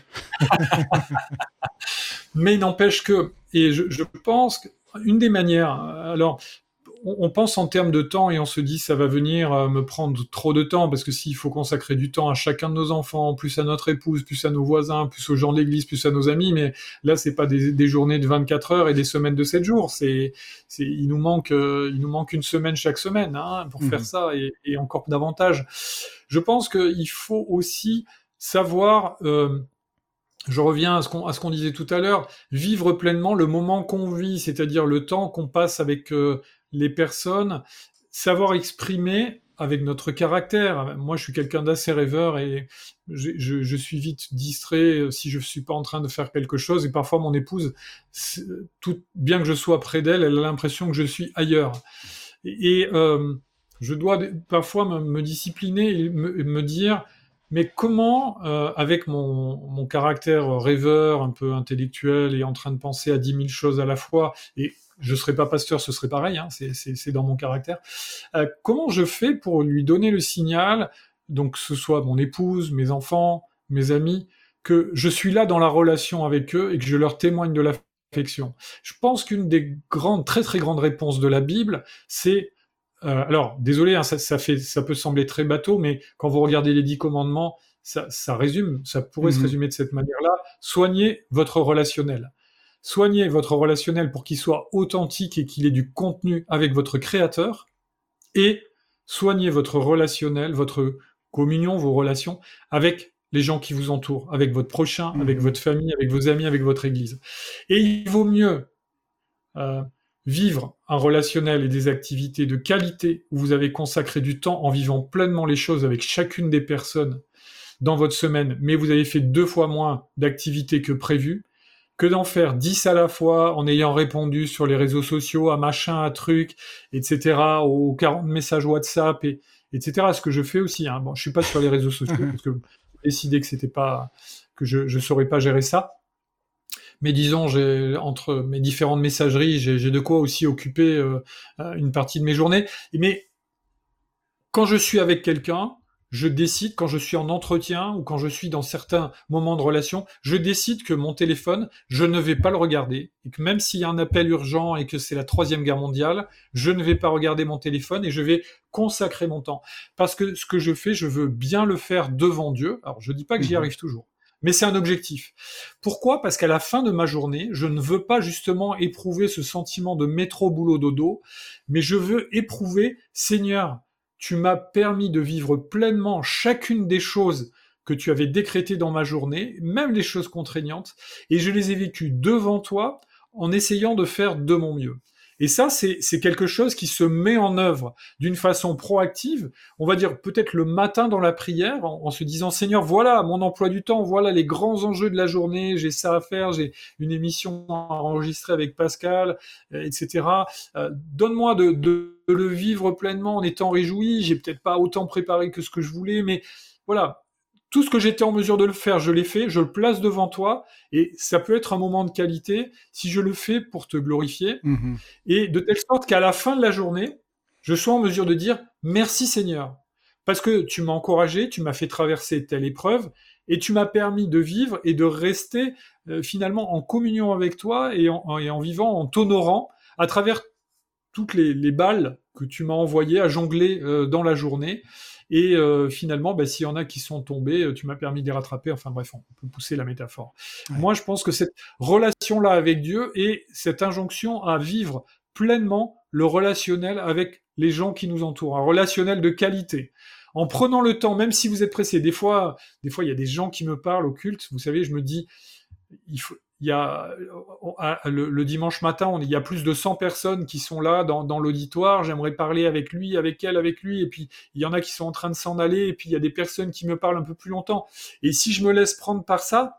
Mais il n'empêche que, et je, je pense qu'une des manières, alors on pense en termes de temps et on se dit ça va venir me prendre trop de temps parce que s'il faut consacrer du temps à chacun de nos enfants, plus à notre épouse, plus à nos voisins, plus aux gens de l'église, plus à nos amis, mais là c'est pas des, des journées de vingt-quatre heures et des semaines de sept jours, c'est, c'est il nous manque euh, il nous manque une semaine chaque semaine hein, pour mmh. faire ça et, et encore davantage. Je pense qu'il faut aussi savoir euh, je reviens à ce, qu'on, à ce qu'on disait tout à l'heure, vivre pleinement le moment qu'on vit, c'est-à-dire le temps qu'on passe avec euh, les personnes, savoir exprimer avec notre caractère. Moi, je suis quelqu'un d'assez rêveur et je, je, je suis vite distrait si je suis pas en train de faire quelque chose. Et parfois, mon épouse, tout, bien que je sois près d'elle, elle a l'impression que je suis ailleurs. Et, et euh, je dois parfois me, me discipliner et me, me dire... Mais comment, euh, avec mon, mon caractère rêveur, un peu intellectuel et en train de penser à dix mille choses à la fois, et je serais pas pasteur, ce serait pareil, hein, c'est, c'est, c'est dans mon caractère, euh, comment je fais pour lui donner le signal, donc que ce soit mon épouse, mes enfants, mes amis, que je suis là dans la relation avec eux et que je leur témoigne de l'affection. Je pense qu'une des grandes, très très grandes réponses de la Bible, c'est Euh, alors, désolé, hein, ça, ça, fait, ça peut sembler très bateau, mais quand vous regardez les dix commandements, ça, ça résume, ça pourrait mmh. se résumer de cette manière-là. Soignez votre relationnel. Soignez votre relationnel pour qu'il soit authentique et qu'il ait du contenu avec votre Créateur. Et soignez votre relationnel, votre communion, vos relations avec les gens qui vous entourent, avec votre prochain, mmh. avec votre famille, avec vos amis, avec votre Église. Et il vaut mieux... Euh, vivre un relationnel et des activités de qualité où vous avez consacré du temps en vivant pleinement les choses avec chacune des personnes dans votre semaine, mais vous avez fait deux fois moins d'activités que prévu, que d'en faire dix à la fois en ayant répondu sur les réseaux sociaux à machin, à truc, et cetera, aux quarante messages WhatsApp, et, et cetera. Ce que je fais aussi. Hein. Bon, je suis pas sur les réseaux sociaux parce que j'ai décidé que c'était pas, que je, je saurais pas gérer ça. Mais disons, j'ai, entre mes différentes messageries, j'ai, j'ai de quoi aussi occuper euh, une partie de mes journées. Mais quand je suis avec quelqu'un, je décide, quand je suis en entretien ou quand je suis dans certains moments de relation, je décide que mon téléphone, je ne vais pas le regarder. Et que même s'il y a un appel urgent et que c'est la troisième guerre mondiale, je ne vais pas regarder mon téléphone et je vais consacrer mon temps. Parce que ce que je fais, je veux bien le faire devant Dieu. Alors, je dis pas que j'y arrive toujours. Mais c'est un objectif. Pourquoi ? Parce qu'à la fin de ma journée, je ne veux pas justement éprouver ce sentiment de métro boulot dodo, mais je veux éprouver, Seigneur, tu m'as permis de vivre pleinement chacune des choses que tu avais décrétées dans ma journée, même les choses contraignantes, et je les ai vécues devant toi en essayant de faire de mon mieux. Et ça, c'est, c'est quelque chose qui se met en œuvre d'une façon proactive, on va dire peut-être le matin dans la prière, en, en se disant « Seigneur, voilà mon emploi du temps, voilà les grands enjeux de la journée, j'ai ça à faire, j'ai une émission à enregistrer avec Pascal, euh, et cetera. Euh, donne-moi de, de, de le vivre pleinement en étant réjoui, j'ai peut-être pas autant préparé que ce que je voulais, mais voilà. » Tout ce que j'étais en mesure de le faire, je l'ai fait, je le place devant toi, et ça peut être un moment de qualité si je le fais pour te glorifier, Mm-hmm. et de telle sorte qu'à la fin de la journée, je sois en mesure de dire « Merci Seigneur ». Parce que tu m'as encouragé, tu m'as fait traverser telle épreuve, et tu m'as permis de vivre et de rester euh, finalement en communion avec toi et en, et en vivant, en t'honorant à travers toutes les, les balles que tu m'as envoyées à jongler euh, dans la journée. Et euh, finalement, bah, s'il y en a qui sont tombés, tu m'as permis de les rattraper. Enfin bref, on peut pousser la métaphore. Ouais. Moi, je pense que cette relation-là avec Dieu et cette injonction à vivre pleinement le relationnel avec les gens qui nous entourent, un relationnel de qualité. En prenant le temps, même si vous êtes pressé, des fois, des fois, il y a des gens qui me parlent au culte. Vous savez, je me dis, il faut, il y a le, le dimanche matin, on, il y a plus de cent personnes qui sont là dans, dans l'auditoire. J'aimerais parler avec lui, avec elle, avec lui. Et puis il y en a qui sont en train de s'en aller. Et puis il y a des personnes qui me parlent un peu plus longtemps. Et si je me laisse prendre par ça,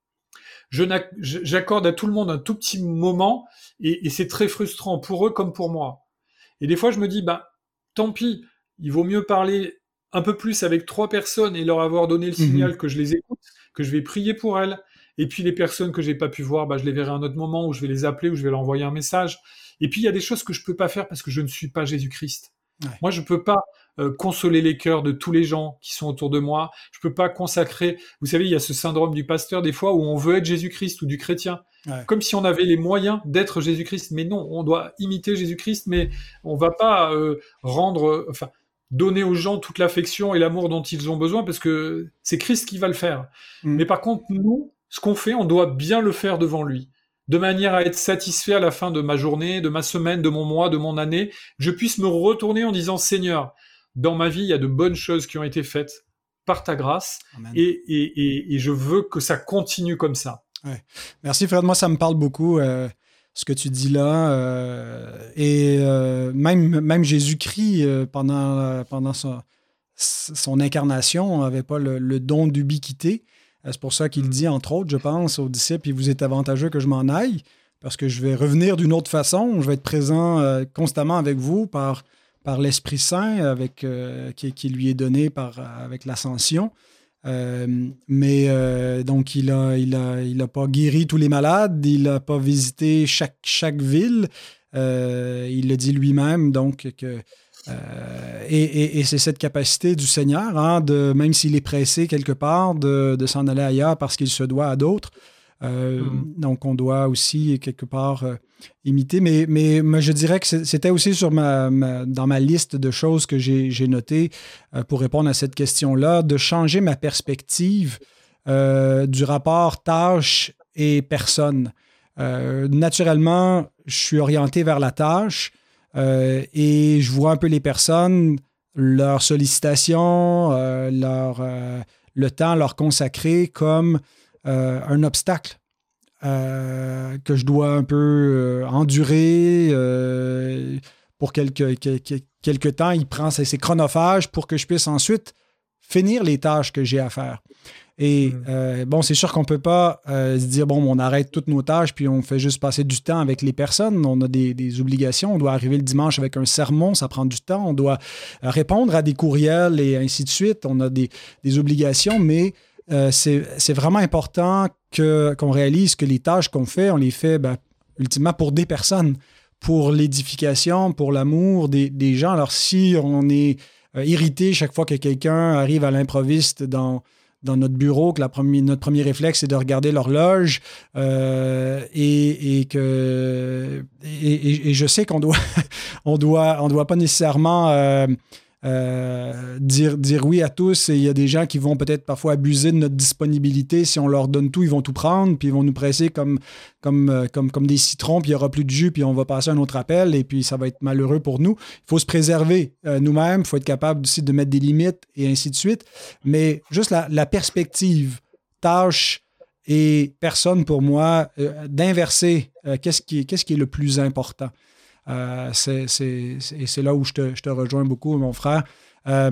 je j'accorde à tout le monde un tout petit moment. Et, et c'est très frustrant pour eux comme pour moi. Et des fois, je me dis, bah, tant pis. Il vaut mieux parler un peu plus avec trois personnes et leur avoir donné le signal mmh. que je les écoute, que je vais prier pour elles. Et puis les personnes que j'ai pas pu voir, bah, je les verrai à un autre moment où je vais les appeler, où je vais leur envoyer un message. Et puis il y a des choses que je peux pas faire parce que je ne suis pas Jésus-Christ. Ouais. Moi, je peux pas euh, consoler les cœurs de tous les gens qui sont autour de moi. Je peux pas consacrer. Vous savez, il y a ce syndrome du pasteur des fois où on veut être Jésus-Christ ou du chrétien, ouais. comme si on avait les moyens d'être Jésus-Christ. Mais non, on doit imiter Jésus-Christ, mais on va pas euh, rendre, euh, enfin, donner aux gens toute l'affection et l'amour dont ils ont besoin parce que c'est Christ qui va le faire. Mm. Mais par contre, nous, ce qu'on fait, on doit bien le faire devant lui, de manière à être satisfait à la fin de ma journée, de ma semaine, de mon mois, de mon année, que je puisse me retourner en disant « Seigneur, dans ma vie, il y a de bonnes choses qui ont été faites par ta grâce et, et, et, et je veux que ça continue comme ça. Ouais. » Merci Fred, moi ça me parle beaucoup, euh, ce que tu dis là. Euh, et euh, même, même Jésus-Christ, euh, pendant, pendant son, son incarnation, n'avait pas le, le don d'ubiquité. C'est pour ça qu'il dit, entre autres, je pense, aux disciples, « Il vous est avantageux que je m'en aille, parce que je vais revenir d'une autre façon. Je vais être présent euh, constamment avec vous par, par l'Esprit Saint avec, euh, qui, qui lui est donné par, avec l'Ascension. Euh, » Mais euh, donc, il n'a il a, il a pas guéri tous les malades, il n'a pas visité chaque, chaque ville. Euh, il le dit lui-même, donc, que... Euh, et, et, et c'est cette capacité du Seigneur, hein, de, même s'il est pressé quelque part, de, de s'en aller ailleurs parce qu'il se doit à d'autres. Euh, mm. Donc, on doit aussi quelque part euh, imiter. Mais, mais, mais je dirais que c'était aussi sur ma, ma, dans ma liste de choses que j'ai, j'ai notées euh, pour répondre à cette question-là, de changer ma perspective euh, du rapport tâche et personne. Euh, naturellement, je suis orienté vers la tâche. Euh, et je vois un peu les personnes, leurs sollicitations, euh, leur, euh, le temps leur consacrer comme euh, un obstacle euh, que je dois un peu euh, endurer euh, pour quelques, quelques, quelques temps. Il prend ses, ses chronophages pour que je puisse ensuite finir les tâches que j'ai à faire. Et mmh. euh, bon, c'est sûr qu'on ne peut pas euh, se dire, bon, on arrête toutes nos tâches puis on fait juste passer du temps avec les personnes. On a des, des obligations. On doit arriver le dimanche avec un sermon, ça prend du temps. On doit répondre à des courriels et ainsi de suite. On a des, des obligations, mais euh, c'est, c'est vraiment important que, qu'on réalise que les tâches qu'on fait, on les fait ben, ultimement pour des personnes, pour l'édification, pour l'amour des, des gens. Alors, si on est euh, irrité chaque fois que quelqu'un arrive à l'improviste dans dans notre bureau, que la première, notre premier réflexe, c'est de regarder l'horloge euh, et, et que et, et, et je sais qu'on doit on doit on doit pas nécessairement euh, euh, dire, dire oui à tous, et il y a des gens qui vont peut-être parfois abuser de notre disponibilité. Si on leur donne tout, ils vont tout prendre, puis ils vont nous presser comme, comme, comme, comme des citrons, puis il n'y aura plus de jus, puis on va passer à un autre appel, et puis ça va être malheureux pour nous. Il faut se préserver euh, nous-mêmes, il faut être capable aussi de mettre des limites, et ainsi de suite. Mais juste la, la perspective, tâche et personne pour moi, euh, d'inverser euh, qu'est-ce qui, qu'est-ce qui est le plus important. Euh, c'est, c'est, c'est, et c'est là où je te, je te rejoins beaucoup, mon frère. Euh,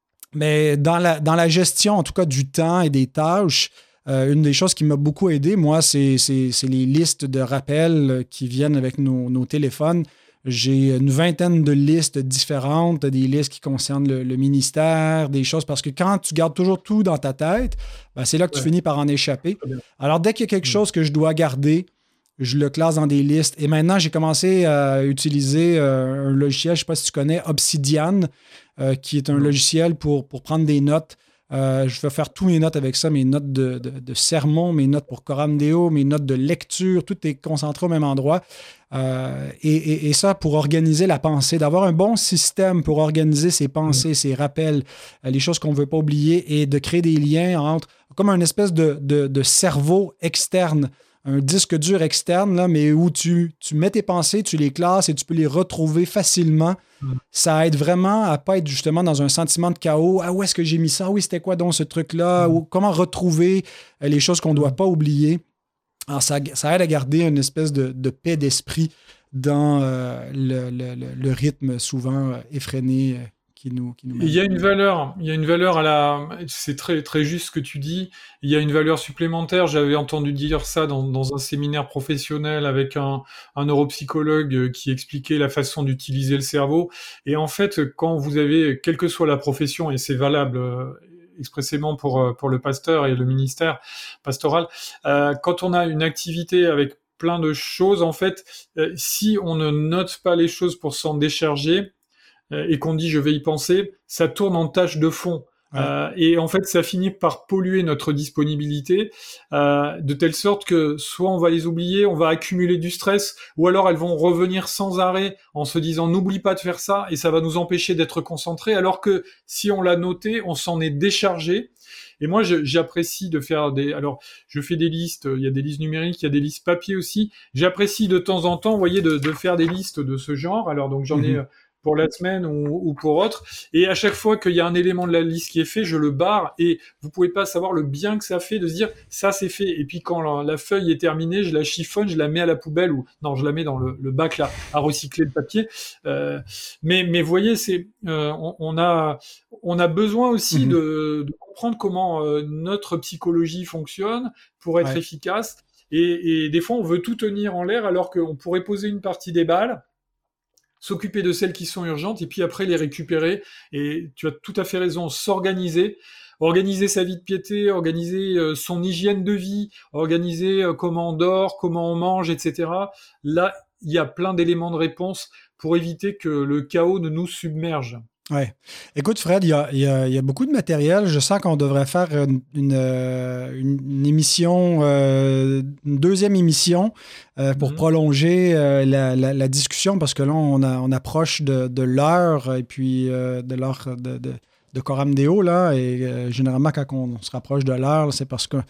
mais dans la, dans la gestion, en tout cas, du temps et des tâches, euh, une des choses qui m'a beaucoup aidé, moi, c'est, c'est, c'est les listes de rappels qui viennent avec nos, nos téléphones. J'ai une vingtaine de listes différentes, des listes qui concernent le, le ministère, des choses, parce que quand tu gardes toujours tout dans ta tête, ben c'est là que tu ouais. finis par en échapper. Alors, dès qu'il y a quelque chose que je dois garder, je le classe dans des listes. Et maintenant, j'ai commencé à utiliser euh, un logiciel, je ne sais pas si tu connais, Obsidian, euh, qui est un mmh. logiciel pour, pour prendre des notes. Euh, je vais faire tous mes notes avec ça, mes notes de, de, de sermon, mes notes pour Coram Deo, mes notes de lecture, tout est concentré au même endroit. Euh, et, et, et ça, pour organiser la pensée, d'avoir un bon système pour organiser ses pensées, mmh. ses rappels, euh, les choses qu'on ne veut pas oublier et de créer des liens entre, comme un espèce de, de, de cerveau externe, un disque dur externe, là, mais où tu, tu mets tes pensées, tu les classes et tu peux les retrouver facilement. Mm. Ça aide vraiment à ne pas être justement dans un sentiment de chaos. Ah, où est-ce que j'ai mis ça? Ah oui, c'était quoi donc ce truc-là? Mm. Ou comment retrouver les choses qu'on ne doit pas oublier? Alors, ça, ça aide à garder une espèce de, de paix d'esprit dans euh, le, le, le, le rythme souvent euh, effréné euh, qui nous, qui nous mène. Il y a une valeur, il y a une valeur à la... C'est très, très juste ce que tu dis. Il y a une valeur supplémentaire. J'avais entendu dire ça dans, dans un séminaire professionnel avec un, un neuropsychologue qui expliquait la façon d'utiliser le cerveau. Et en fait, quand vous avez, quelle que soit la profession, et c'est valable euh, expressément pour, pour le pasteur et le ministère pastoral, euh, quand on a une activité avec plein de choses, en fait, euh, si on ne note pas les choses pour s'en décharger, et qu'on dit « je vais y penser », ça tourne en tâche de fond. Ouais. Euh, et en fait, ça finit par polluer notre disponibilité, euh, de telle sorte que soit on va les oublier, on va accumuler du stress, ou alors elles vont revenir sans arrêt en se disant « n'oublie pas de faire ça », et ça va nous empêcher d'être concentrés, alors que si on l'a noté, on s'en est déchargé. Et moi, je, j'apprécie de faire des... Alors, je fais des listes, il y a des listes numériques, il y a des listes papier aussi. J'apprécie de temps en temps, vous voyez, de, de faire des listes de ce genre. Alors, donc, j'en mmh. ai... pour la semaine ou, ou pour autre, et à chaque fois qu'il y a un élément de la liste qui est fait, je le barre, et vous pouvez pas savoir le bien que ça fait de se dire ça c'est fait, et puis quand la, la feuille est terminée, je la chiffonne, je la mets à la poubelle, ou non, je la mets dans le, le bac là à recycler le papier. Euh, mais mais voyez, c'est euh, on, on a on a besoin aussi mmh. de, de comprendre comment euh, notre psychologie fonctionne pour être ouais. efficace, et, et des fois on veut tout tenir en l'air alors qu'on pourrait poser une partie des balles, s'occuper de celles qui sont urgentes et puis après les récupérer. Et tu as tout à fait raison, s'organiser, organiser sa vie de piété, organiser euh, son hygiène de vie, organiser euh, comment on dort, comment on mange, et cetera. Là, il y a plein d'éléments de réponse pour éviter que le chaos ne nous submerge. Oui. Écoute, Fred, il y a, il y a, il y a beaucoup de matériel. Je sens qu'on devrait faire une, une, une, une émission, euh, une deuxième émission euh, pour mm-hmm. prolonger euh, la, la, la discussion, parce que là, on, a, on approche de, de l'heure et puis euh, de l'heure de, de, de Coram Deo, là. Et euh, généralement, quand on, on se rapproche de l'heure, là, c'est parce qu'on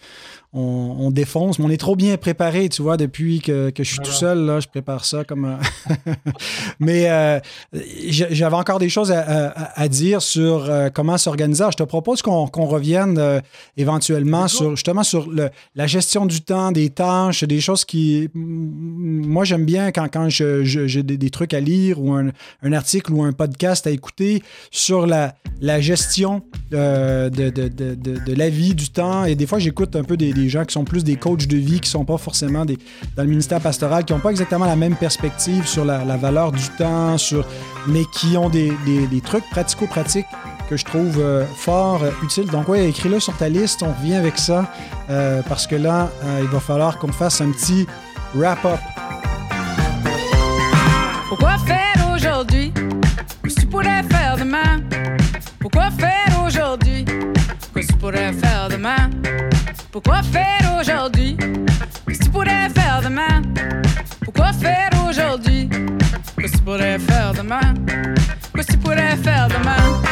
on défonce. Mais on est trop bien préparé, tu vois, depuis que, que je suis voilà. tout seul, là, je prépare ça comme... Un... Mais euh, j'avais encore des choses à, à, à dire sur euh, comment s'organiser. Alors, je te propose qu'on, qu'on revienne euh, éventuellement sur, justement sur le, la gestion du temps, des tâches, des choses qui... Moi, j'aime bien quand, quand je, je, j'ai des, des trucs à lire ou un, un article ou un podcast à écouter sur la, la gestion euh, de, de, de, de, de la vie, du temps. Et des fois, j'écoute un peu des, des gens qui sont plus des coachs de vie, qui ne sont pas forcément des, dans le ministère pastoral, qui n'ont pas exactement la même perspective sur la, la valeur du temps, sur, mais qui ont des, des, des trucs pratico-pratiques que je trouve euh, fort euh, utiles. Donc, oui, écris-le sur ta liste. On revient avec ça euh, parce que là, euh, il va falloir qu'on fasse un petit wrap-up. Pourquoi faire aujourd'hui ce que tu pourrais faire demain? Pourquoi faire aujourd'hui ce que tu pourrais faire demain? Pourquoi faire aujourd'hui ce que tu pourrais faire demain? Pourquoi faire aujourd'hui ce que tu pourrais faire demain? Ce que tu pourrais faire demain?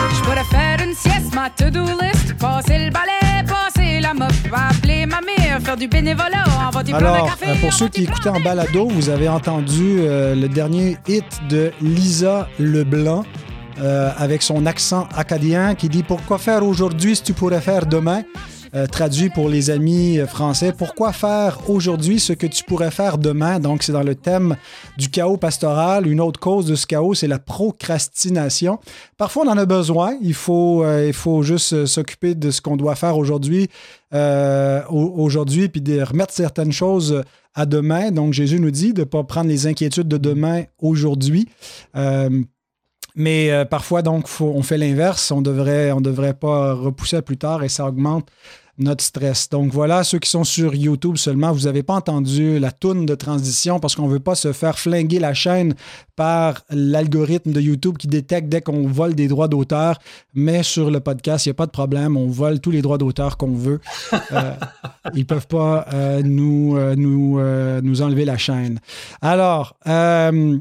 To-do list, passer le balai, passer la mop, appeler ma mère, faire faire du bénévolat, on vend du plein Alors, de café. euh, pour on ceux vend qui du plein écoutaient en de- balado, vous avez entendu euh, le dernier hit de Lisa Leblanc euh, avec son accent acadien qui dit « Pourquoi faire aujourd'hui ce que tu pourrais faire demain ?» Euh, traduit pour les amis français, pourquoi faire aujourd'hui ce que tu pourrais faire demain? Donc, c'est dans le thème du chaos pastoral. Une autre cause de ce chaos, c'est la procrastination. Parfois, on en a besoin. Il faut, euh, il faut juste s'occuper de ce qu'on doit faire aujourd'hui, euh, aujourd'hui, puis de remettre certaines choses à demain. Donc, Jésus nous dit de ne pas prendre les inquiétudes de demain aujourd'hui. Euh, Mais euh, parfois, donc, faut, on fait l'inverse. On devrait, on devrait pas repousser à plus tard et ça augmente notre stress. Donc voilà, ceux qui sont sur YouTube seulement, vous n'avez pas entendu la toune de transition parce qu'on ne veut pas se faire flinguer la chaîne par l'algorithme de YouTube qui détecte dès qu'on vole des droits d'auteur. Mais sur le podcast, il n'y a pas de problème. On vole tous les droits d'auteur qu'on veut. Euh, ils ne peuvent pas euh, nous, euh, nous, euh, nous enlever la chaîne. Alors, euh,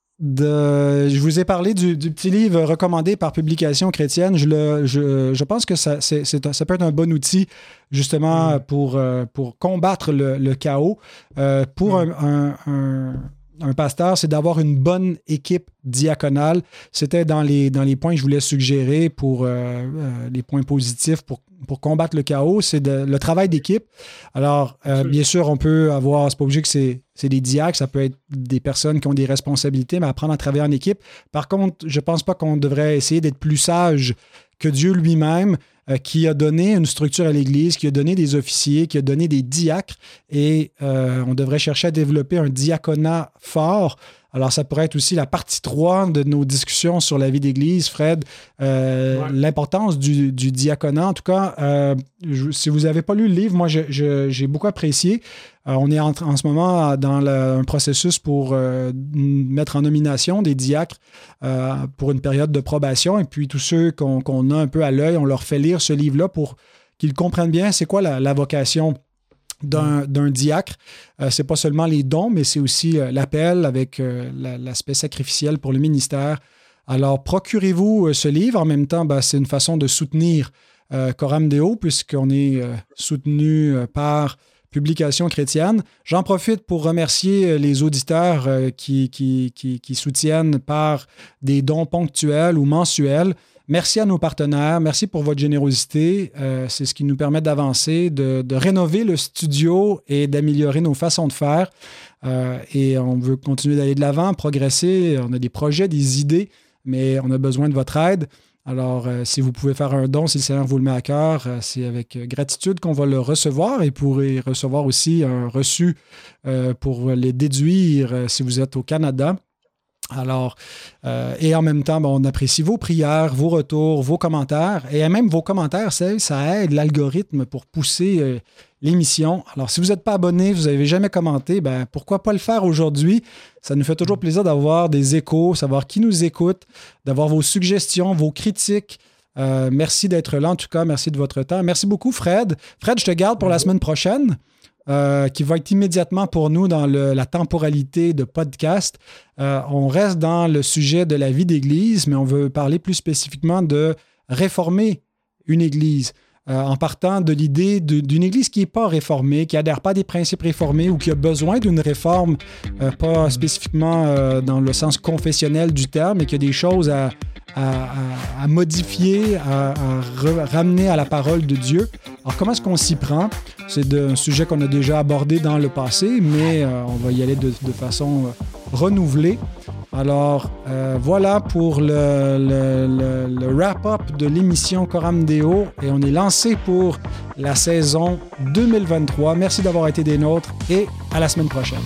De, je vous ai parlé du, du petit livre recommandé par Publication Chrétienne. Je, le, je, je pense que ça, c'est, c'est, ça peut être un bon outil justement mmh. pour, pour combattre le, le chaos. Euh, pour mmh. un, un, un, un pasteur, c'est d'avoir une bonne équipe diaconale. C'était dans les, dans les points que je voulais suggérer pour euh, euh, les points positifs pour pour combattre le chaos, c'est de, le travail d'équipe. Alors, euh, bien sûr, on peut avoir, c'est pas obligé que c'est, c'est des diacres, ça peut être des personnes qui ont des responsabilités, mais apprendre à travailler en équipe. Par contre, je pense pas qu'on devrait essayer d'être plus sage que Dieu lui-même, euh, qui a donné une structure à l'Église, qui a donné des officiers, qui a donné des diacres, et euh, on devrait chercher à développer un diaconat fort. Alors, ça pourrait être aussi la partie trois de nos discussions sur la vie d'Église, Fred. Euh, ouais. L'importance du, du diaconat. En tout cas, euh, je, si vous n'avez pas lu le livre, moi, je, je, j'ai beaucoup apprécié. Euh, on est en, en ce moment dans le, un processus pour euh, mettre en nomination des diacres euh, pour une période de probation. Et puis, tous ceux qu'on, qu'on a un peu à l'œil, on leur fait lire ce livre-là pour qu'ils comprennent bien c'est quoi la, la vocation D'un, d'un diacre. Euh, c'est pas seulement les dons, mais c'est aussi euh, l'appel avec euh, la, l'aspect sacrificiel pour le ministère. Alors, procurez-vous euh, ce livre. En même temps, ben, c'est une façon de soutenir euh, Coram Deo, puisqu'on est euh, soutenu euh, par Publication Chrétienne. J'en profite pour remercier les auditeurs euh, qui, qui, qui, qui soutiennent par des dons ponctuels ou mensuels. Merci à nos partenaires. Merci pour votre générosité. Euh, c'est ce qui nous permet d'avancer, de, de rénover le studio et d'améliorer nos façons de faire. Euh, et on veut continuer d'aller de l'avant, progresser. On a des projets, des idées, mais on a besoin de votre aide. Alors, euh, si vous pouvez faire un don, si le Seigneur vous le met à cœur, euh, c'est avec gratitude qu'on va le recevoir et vous pourrez recevoir aussi un reçu euh, pour les déduire euh, si vous êtes au Canada. Alors, euh, et en même temps, ben, on apprécie vos prières, vos retours, vos commentaires. Et même vos commentaires, ça, ça aide l'algorithme pour pousser euh, l'émission. Alors, si vous n'êtes pas abonné, vous n'avez jamais commenté, ben, pourquoi pas le faire aujourd'hui? Ça nous fait toujours plaisir d'avoir des échos, savoir qui nous écoute, d'avoir vos suggestions, vos critiques. Euh, merci d'être là, en tout cas. Merci de votre temps. Merci beaucoup, Fred. Fred, je te garde pour la semaine prochaine. Euh, qui va être immédiatement pour nous dans le, la temporalité de podcast. Euh, on reste dans le sujet de la vie d'Église, mais on veut parler plus spécifiquement de réformer une Église. Euh, en partant de l'idée de, d'une Église qui n'est pas réformée, qui n'adhère pas à des principes réformés ou qui a besoin d'une réforme, euh, pas spécifiquement euh, dans le sens confessionnel du terme, mais qui a des choses à, à, à, à modifier, à, à re, ramener à la parole de Dieu. Alors, comment est-ce qu'on s'y prend? C'est de, un sujet qu'on a déjà abordé dans le passé, mais euh, on va y aller de, de façon euh, renouvelée. Alors, euh, voilà pour le, le, le, le wrap-up de l'émission Coram Deo et on est lancé pour la saison deux mille vingt-trois. Merci d'avoir été des nôtres et à la semaine prochaine.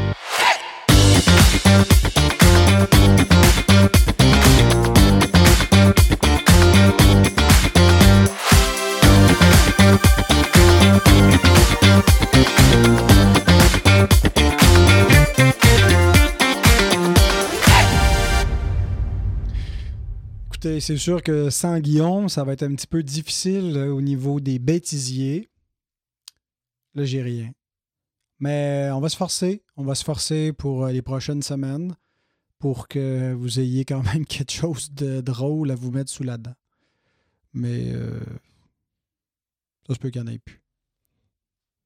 C'est sûr que sans Guillaume, ça va être un petit peu difficile au niveau des bêtisiers. Là, j'ai rien. Mais on va se forcer. On va se forcer pour les prochaines semaines pour que vous ayez quand même quelque chose de drôle à vous mettre sous la dent. Mais euh, ça se peut qu'il n'y en ait plus.